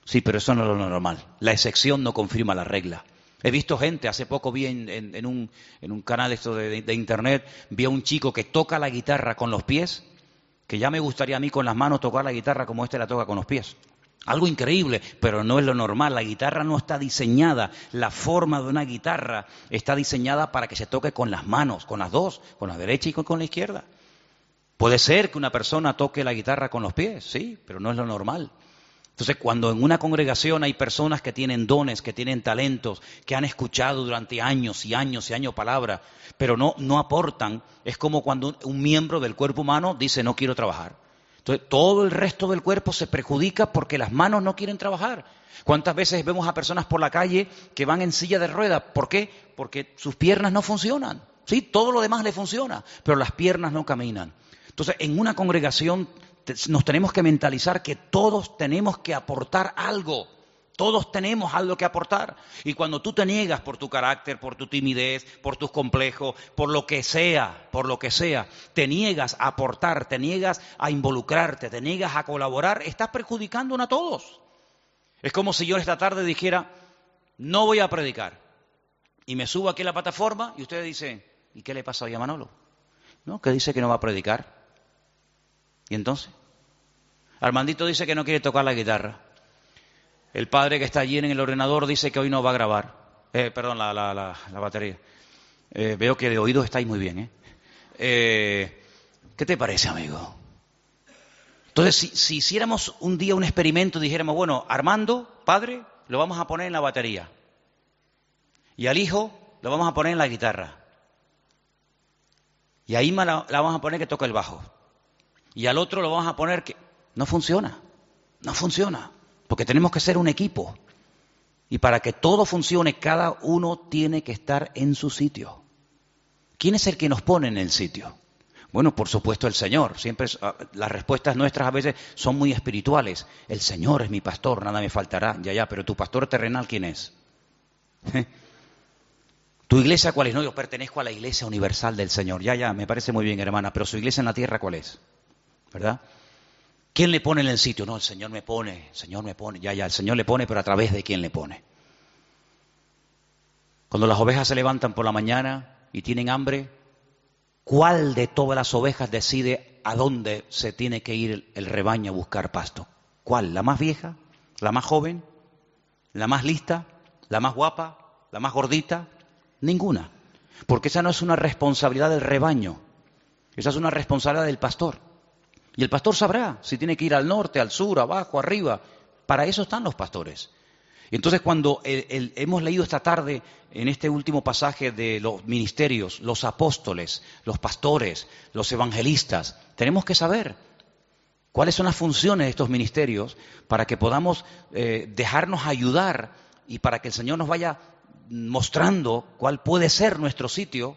Speaker 1: Sí, pero eso no es lo normal. La excepción no confirma la regla. He visto gente, hace poco vi en un canal esto de internet, vi a un chico que toca la guitarra con los pies, que ya me gustaría a mí con las manos tocar la guitarra como la toca con los pies. Algo increíble, pero no es lo normal. La guitarra no está diseñada, la forma de una guitarra está diseñada para que se toque con las manos, con las dos, con la derecha y con la izquierda. Puede ser que una persona toque la guitarra con los pies, sí, pero no es lo normal. Entonces, cuando en una congregación hay personas que tienen dones, que tienen talentos, que han escuchado durante años y años y años palabra, pero no aportan, es como cuando un miembro del cuerpo humano dice no quiero trabajar. Entonces, todo el resto del cuerpo se perjudica porque las manos no quieren trabajar. ¿Cuántas veces vemos a personas por la calle que van en silla de ruedas? ¿Por qué? Porque sus piernas no funcionan. Sí, todo lo demás le funciona, pero las piernas no caminan. Entonces, en una congregación nos tenemos que mentalizar que todos tenemos que aportar algo. Todos tenemos algo que aportar. Y cuando tú te niegas por tu carácter, por tu timidez, por tus complejos, por lo que sea, te niegas a aportar, te niegas a involucrarte, te niegas a colaborar, estás perjudicándonos a todos. Es como si yo esta tarde dijera, no voy a predicar. Y me subo aquí a la plataforma y ustedes dicen, ¿y qué le pasa hoy a Manolo? ¿No? Que dice que no va a predicar. ¿Y entonces? Armandito dice que no quiere tocar la guitarra. El padre que está allí en el ordenador dice que hoy no va a grabar. La batería. Veo que de oídos estáis muy bien, ¿qué te parece, amigo? Entonces, si hiciéramos un día un experimento y dijéramos, bueno, Armando, padre, lo vamos a poner en la batería. Y al hijo lo vamos a poner en la guitarra. Y a Ima la vamos a poner que toque el bajo. Y al otro lo vamos a poner que... No funciona, porque tenemos que ser un equipo. Y para que todo funcione, cada uno tiene que estar en su sitio. ¿Quién es el que nos pone en el sitio? Bueno, por supuesto el Señor. Siempre las respuestas nuestras a veces son muy espirituales. El Señor es mi pastor, nada me faltará. Ya, pero tu pastor terrenal, ¿quién es? ¿Tu iglesia cuál es? No, yo pertenezco a la iglesia universal del Señor. Ya, me parece muy bien, hermana, pero su iglesia en la tierra, ¿cuál es? ¿Verdad? ¿Quién le pone en el sitio? No, el Señor me pone. Ya, el Señor le pone, pero ¿a través de quién le pone? Cuando las ovejas se levantan por la mañana y tienen hambre, ¿cuál de todas las ovejas decide a dónde se tiene que ir el rebaño a buscar pasto? ¿Cuál? ¿La más vieja? ¿La más joven? ¿La más lista? ¿La más guapa? ¿La más gordita? Ninguna. Porque esa no es una responsabilidad del rebaño. Esa es una responsabilidad del pastor. Y el pastor sabrá si tiene que ir al norte, al sur, abajo, arriba. Para eso están los pastores. Y entonces cuando hemos leído esta tarde en este último pasaje de los ministerios, los apóstoles, los pastores, los evangelistas, tenemos que saber cuáles son las funciones de estos ministerios para que podamos dejarnos ayudar y para que el Señor nos vaya mostrando cuál puede ser nuestro sitio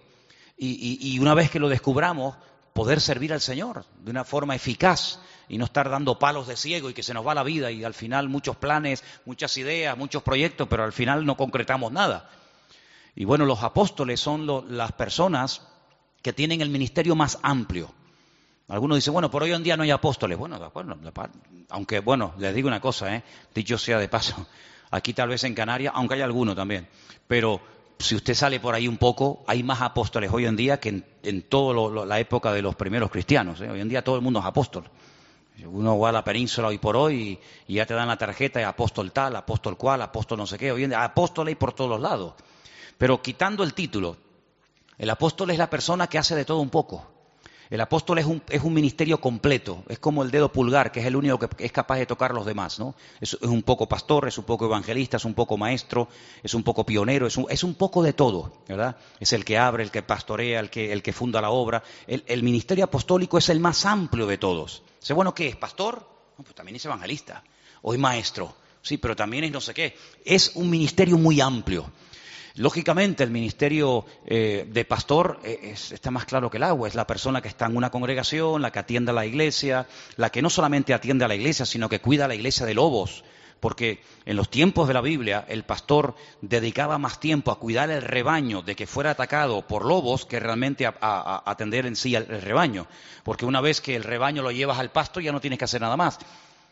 Speaker 1: y una vez que lo descubramos, poder servir al Señor de una forma eficaz y no estar dando palos de ciego y que se nos va la vida y al final muchos planes, muchas ideas, muchos proyectos, pero al final no concretamos nada. Y bueno, los apóstoles son las personas que tienen el ministerio más amplio. Algunos dicen, bueno, por hoy en día no hay apóstoles. Bueno, de acuerdo, aunque bueno, les digo una cosa, dicho sea de paso, aquí tal vez en Canarias, aunque hay alguno también, pero si usted sale por ahí un poco, hay más apóstoles hoy en día que en toda la época de los primeros cristianos. Hoy en día todo el mundo es apóstol. Uno va a la península hoy por hoy y ya te dan la tarjeta de apóstol tal, apóstol cual, apóstol no sé qué. Hoy en día apóstol hay por todos los lados. Pero quitando el título, el apóstol es la persona que hace de todo un poco. El apóstol es un ministerio completo, es como el dedo pulgar, que es el único que es capaz de tocar a los demás, ¿no? Es un poco pastor, es un poco evangelista, es un poco maestro, es un poco pionero, es un poco de todo, ¿verdad? Es el que abre, el que pastorea, el que funda la obra. El ministerio apostólico es el más amplio de todos. ¿Sé bueno qué es? ¿Pastor? No, pues también es evangelista. O es maestro. Sí, pero también es no sé qué. Es un ministerio muy amplio. Lógicamente, el ministerio de pastor está más claro que el agua. Es la persona que está en una congregación, la que atiende a la iglesia, la que no solamente atiende a la iglesia, sino que cuida a la iglesia de lobos. Porque en los tiempos de la Biblia, el pastor dedicaba más tiempo a cuidar el rebaño de que fuera atacado por lobos que realmente a atender en sí el rebaño. Porque una vez que el rebaño lo llevas al pasto, ya no tienes que hacer nada más.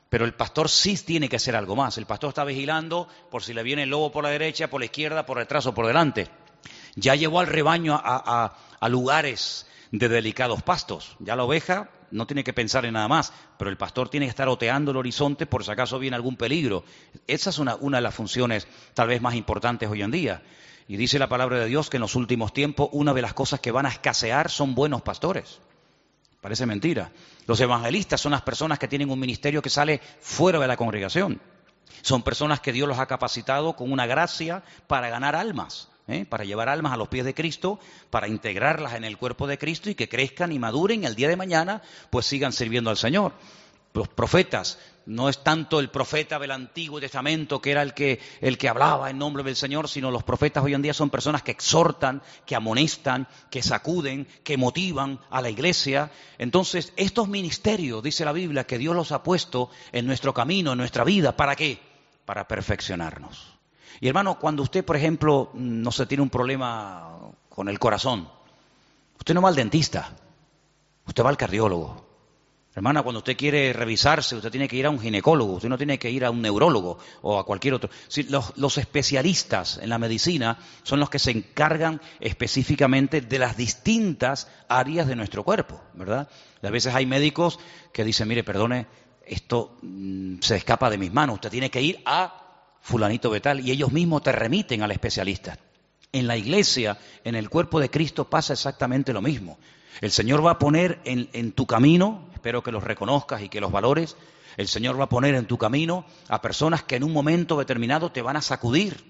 Speaker 1: Pero el pastor sí tiene que hacer algo más. El pastor está vigilando por si le viene el lobo por la derecha, por la izquierda, por detrás o por delante. Ya llevó al rebaño a lugares de delicados pastos. Ya la oveja no tiene que pensar en nada más, pero el pastor tiene que estar oteando el horizonte por si acaso viene algún peligro. Esa es una de las funciones tal vez más importantes hoy en día. Y dice la palabra de Dios que en los últimos tiempos una de las cosas que van a escasear son buenos pastores. Parece mentira. Los evangelistas son las personas que tienen un ministerio que sale fuera de la congregación. Son personas que Dios los ha capacitado con una gracia para ganar almas, para llevar almas a los pies de Cristo, para integrarlas en el cuerpo de Cristo y que crezcan y maduren y el día de mañana pues sigan sirviendo al Señor. Los profetas, no es tanto el profeta del Antiguo Testamento que era el que hablaba en nombre del Señor, sino los profetas hoy en día son personas que exhortan, que amonestan, que sacuden, que motivan a la iglesia. Entonces, estos ministerios, dice la Biblia, que Dios los ha puesto en nuestro camino, en nuestra vida, ¿para qué? Para perfeccionarnos. Y hermano, cuando usted, por ejemplo, no se tiene un problema con el corazón, usted no va al dentista, usted va al cardiólogo. Hermana, cuando usted quiere revisarse, usted tiene que ir a un ginecólogo, usted no tiene que ir a un neurólogo o a cualquier otro. Sí, los especialistas en la medicina son los que se encargan específicamente de las distintas áreas de nuestro cuerpo, ¿verdad? Y a veces hay médicos que dicen, mire, perdone, esto se escapa de mis manos, usted tiene que ir a fulanito de tal, y ellos mismos te remiten al especialista. En la iglesia, en el cuerpo de Cristo pasa exactamente lo mismo. El Señor va a poner en tu camino, espero que los reconozcas y que los valores, el Señor va a poner en tu camino a personas que en un momento determinado te van a sacudir.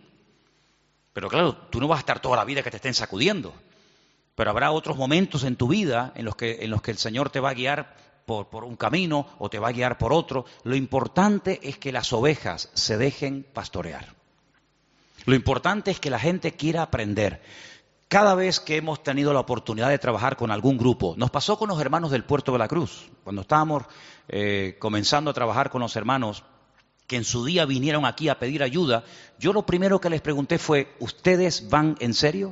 Speaker 1: Pero claro, tú no vas a estar toda la vida que te estén sacudiendo, pero habrá otros momentos en tu vida en los que el Señor te va a guiar por un camino o te va a guiar por otro. Lo importante es que las ovejas se dejen pastorear. Lo importante es que la gente quiera aprender. Cada vez que hemos tenido la oportunidad de trabajar con algún grupo, nos pasó con los hermanos del Puerto de la Cruz, cuando estábamos comenzando a trabajar con los hermanos que en su día vinieron aquí a pedir ayuda, yo lo primero que les pregunté fue, ¿ustedes van en serio?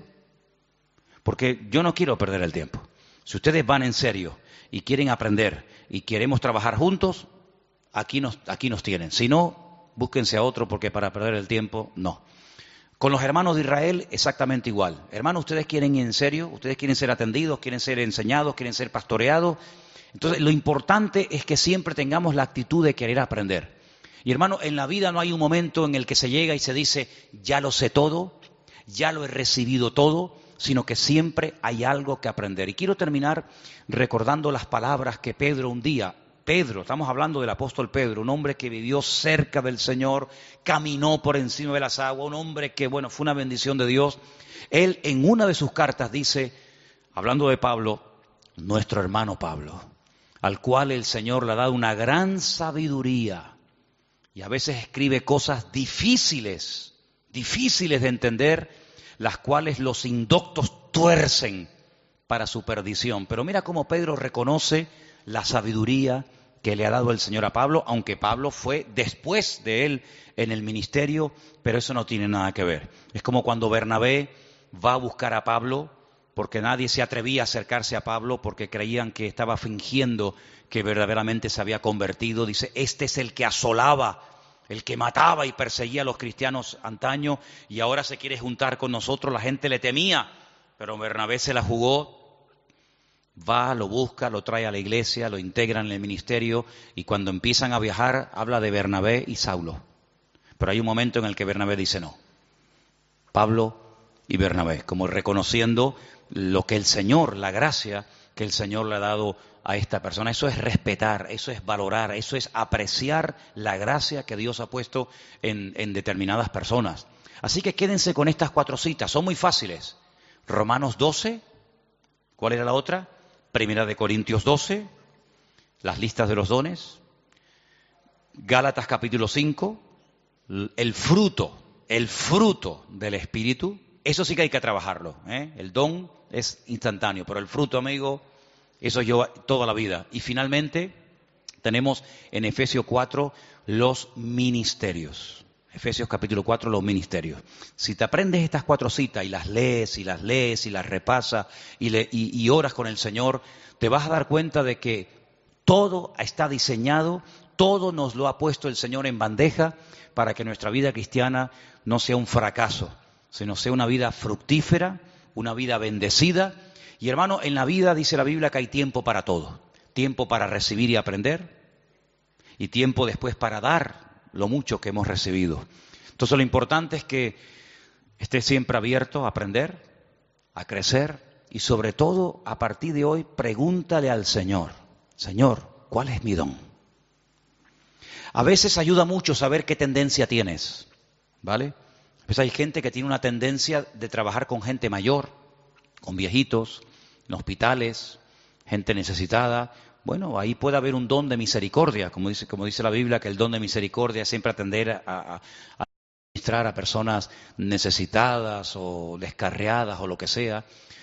Speaker 1: Porque yo no quiero perder el tiempo. Si ustedes van en serio y quieren aprender y queremos trabajar juntos, aquí nos tienen. Si no, búsquense a otro porque para perder el tiempo, no. Con los hermanos de Israel, exactamente igual. Hermanos, ¿ustedes quieren ir en serio? ¿Ustedes quieren ser atendidos? ¿Quieren ser enseñados? ¿Quieren ser pastoreados? Entonces, lo importante es que siempre tengamos la actitud de querer aprender. Y hermano, en la vida no hay un momento en el que se llega y se dice, ya lo sé todo, ya lo he recibido todo, sino que siempre hay algo que aprender. Y quiero terminar recordando las palabras que Pedro un día... Pedro, estamos hablando del apóstol Pedro, un hombre que vivió cerca del Señor, caminó por encima de las aguas, un hombre que, bueno, fue una bendición de Dios. Él en una de sus cartas dice, hablando de Pablo, nuestro hermano Pablo, al cual el Señor le ha dado una gran sabiduría y a veces escribe cosas difíciles de entender, las cuales los indoctos tuercen para su perdición. Pero mira cómo Pedro reconoce la sabiduría que le ha dado el Señor a Pablo, aunque Pablo fue después de él en el ministerio, pero eso no tiene nada que ver. Es como cuando Bernabé va a buscar a Pablo, porque nadie se atrevía a acercarse a Pablo, porque creían que estaba fingiendo que verdaderamente se había convertido. Dice, este es el que asolaba, el que mataba y perseguía a los cristianos antaño, y ahora se quiere juntar con nosotros. La gente le temía, pero Bernabé se la jugó. Va, lo busca, lo trae a la iglesia, lo integra en el ministerio y cuando empiezan a viajar habla de Bernabé y Saulo. Pero hay un momento en el que Bernabé dice no. Pablo y Bernabé, como reconociendo lo que el Señor, la gracia que el Señor le ha dado a esta persona. Eso es respetar, eso es valorar, eso es apreciar la gracia que Dios ha puesto en determinadas personas. Así que quédense con estas 4 citas, son muy fáciles. Romanos 12, ¿cuál era la otra? Primera de Corintios 12, las listas de los dones, Gálatas capítulo 5, el fruto del Espíritu, eso sí que hay que trabajarlo, ¿eh? El don es instantáneo, pero el fruto, amigo, eso lleva toda la vida. Y finalmente tenemos en Efesios 4 los ministerios. Efesios capítulo 4, los ministerios. Si te aprendes estas 4 citas y las lees y las repasas y oras con el Señor, te vas a dar cuenta de que todo está diseñado Todo nos lo ha puesto el Señor en bandeja para que nuestra vida cristiana no sea un fracaso, sino sea una vida fructífera, una vida bendecida. Y hermano, en la vida dice la Biblia que hay tiempo para todo. Tiempo para recibir y aprender y tiempo después para dar lo mucho que hemos recibido. Entonces lo importante es que estés siempre abierto a aprender, a crecer y sobre todo a partir de hoy pregúntale al Señor, Señor, ¿cuál es mi don? A veces ayuda mucho saber qué tendencia tienes, ¿vale? Pues hay gente que tiene una tendencia de trabajar con gente mayor, con viejitos, en hospitales, gente necesitada. Bueno, ahí puede haber un don de misericordia, como dice la Biblia, que el don de misericordia es siempre atender a administrar a personas necesitadas o descarriadas o lo que sea.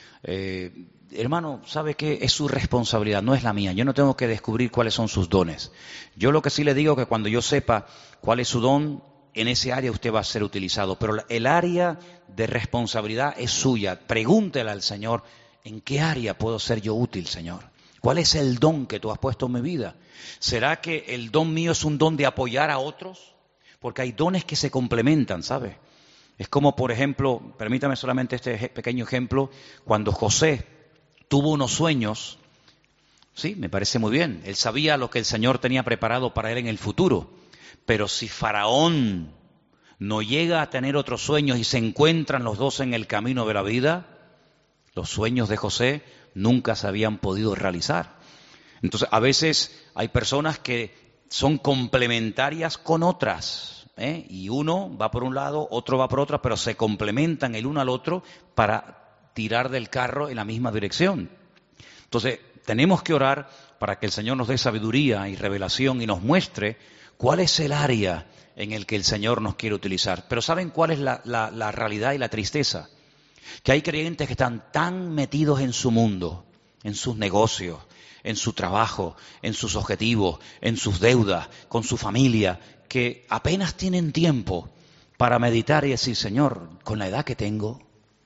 Speaker 1: Hermano, ¿sabe qué? Es su responsabilidad, no es la mía. Yo no tengo que descubrir cuáles son sus dones. Yo lo que sí le digo es que cuando yo sepa cuál es su don, en ese área usted va a ser utilizado. Pero el área de responsabilidad es suya. Pregúntele al Señor, ¿en qué área puedo ser yo útil, Señor? ¿Cuál es el don que tú has puesto en mi vida? ¿Será que el don mío es un don de apoyar a otros? Porque hay dones que se complementan, ¿sabe? Es como, por ejemplo, permítame solamente este pequeño ejemplo, cuando José tuvo unos sueños, sí, me parece muy bien, él sabía lo que el Señor tenía preparado para él en el futuro, pero si Faraón no llega a tener otros sueños y se encuentran los dos en el camino de la vida, los sueños de José nunca se habían podido realizar. Entonces, a veces hay personas que son complementarias con otras, y uno va por un lado, otro va por otro, pero se complementan el uno al otro para tirar del carro en la misma dirección. Entonces, tenemos que orar para que el Señor nos dé sabiduría y revelación y nos muestre cuál es el área en el que el Señor nos quiere utilizar. Pero ¿saben cuál es la realidad y la tristeza? Que hay creyentes que están tan metidos en su mundo, en sus negocios, en su trabajo, en sus objetivos, en sus deudas, con su familia, que apenas tienen tiempo para meditar y decir, Señor, con la edad que tengo,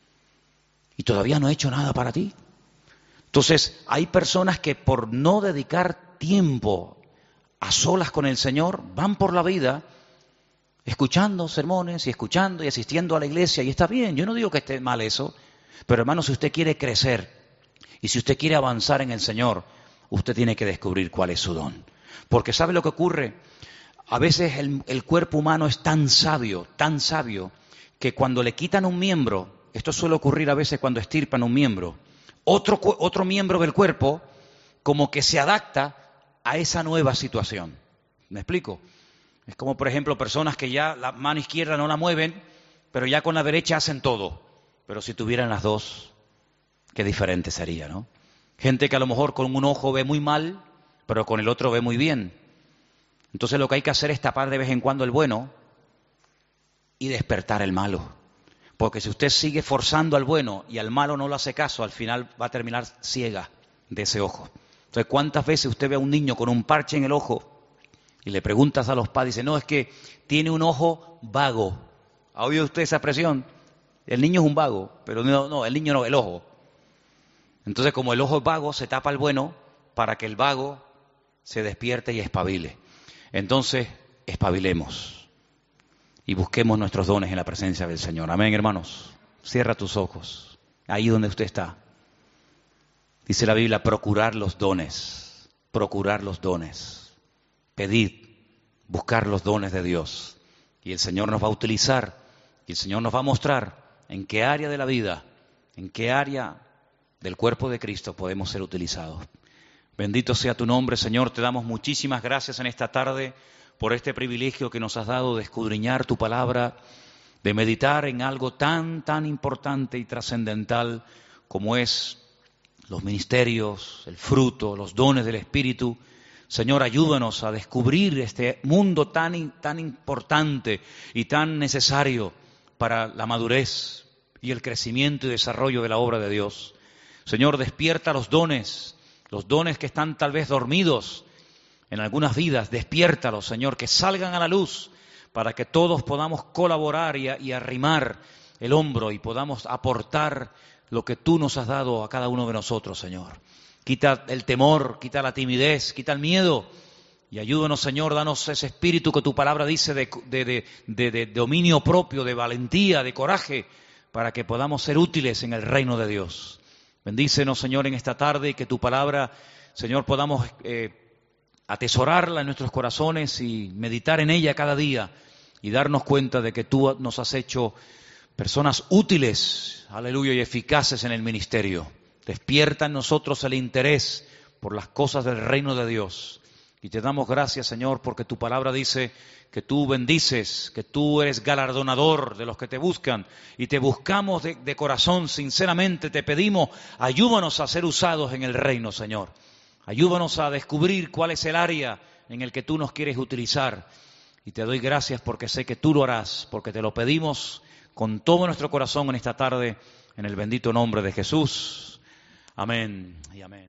Speaker 1: y todavía no he hecho nada para ti. Entonces, hay personas que por no dedicar tiempo a solas con el Señor, van por la vida escuchando sermones y escuchando y asistiendo a la iglesia, y está bien, yo no digo que esté mal eso, pero hermano, si usted quiere crecer y si usted quiere avanzar en el Señor, usted tiene que descubrir cuál es su don. Porque ¿sabe lo que ocurre? A veces el cuerpo humano es tan sabio, que cuando le quitan un miembro, esto suele ocurrir a veces cuando extirpan un miembro, otro miembro del cuerpo como que se adapta a esa nueva situación. ¿Me explico? Es como, por ejemplo, personas que ya la mano izquierda no la mueven, pero ya con la derecha hacen todo. Pero si tuvieran las dos, qué diferente sería, ¿no? Gente que a lo mejor con un ojo ve muy mal, pero con el otro ve muy bien. Entonces lo que hay que hacer es tapar de vez en cuando el bueno y despertar el malo. Porque si usted sigue forzando al bueno y al malo no le hace caso, al final va a terminar ciega de ese ojo. Entonces, ¿cuántas veces usted ve a un niño con un parche en el ojo y le preguntas a los padres, dice, no, es que tiene un ojo vago? ¿Ha oído usted esa expresión? El niño es un vago, pero no, el niño no, el ojo. Entonces, como el ojo es vago, se tapa el bueno para que el vago se despierte y espabile. Entonces, espabilemos y busquemos nuestros dones en la presencia del Señor. Amén, hermanos. Cierra tus ojos, ahí donde usted está. Dice la Biblia, procurar los dones, pedid, buscar los dones de Dios. Y el Señor nos va a utilizar, y el Señor nos va a mostrar en qué área de la vida, en qué área del cuerpo de Cristo podemos ser utilizados. Bendito sea tu nombre, Señor. Te damos muchísimas gracias en esta tarde por este privilegio que nos has dado de escudriñar tu palabra, de meditar en algo tan importante y trascendental como es los ministerios, el fruto, los dones del Espíritu. Señor, ayúdanos a descubrir este mundo tan importante y tan necesario para la madurez y el crecimiento y desarrollo de la obra de Dios. Señor, despierta los dones que están tal vez dormidos en algunas vidas, despiértalos, Señor, que salgan a la luz para que todos podamos colaborar y arrimar el hombro y podamos aportar lo que tú nos has dado a cada uno de nosotros, Señor. Quita el temor, quita la timidez, quita el miedo Y ayúdanos, Señor, danos ese espíritu que tu palabra dice de dominio propio, de valentía, de coraje, para que podamos ser útiles en el reino de Dios. Bendícenos, Señor, en esta tarde y que tu palabra, Señor, podamos atesorarla en nuestros corazones y meditar en ella cada día y darnos cuenta de que tú nos has hecho personas útiles, aleluya, y eficaces en el ministerio. Despierta en nosotros el interés por las cosas del reino de Dios. Y te damos gracias, Señor, porque tu palabra dice que tú bendices, que tú eres galardonador de los que te buscan. Y te buscamos de corazón, sinceramente te pedimos, ayúdanos a ser usados en el reino, Señor. Ayúdanos a descubrir cuál es el área en el que tú nos quieres utilizar. Y te doy gracias porque sé que tú lo harás, porque te lo pedimos con todo nuestro corazón en esta tarde, en el bendito nombre de Jesús. Amén y amén.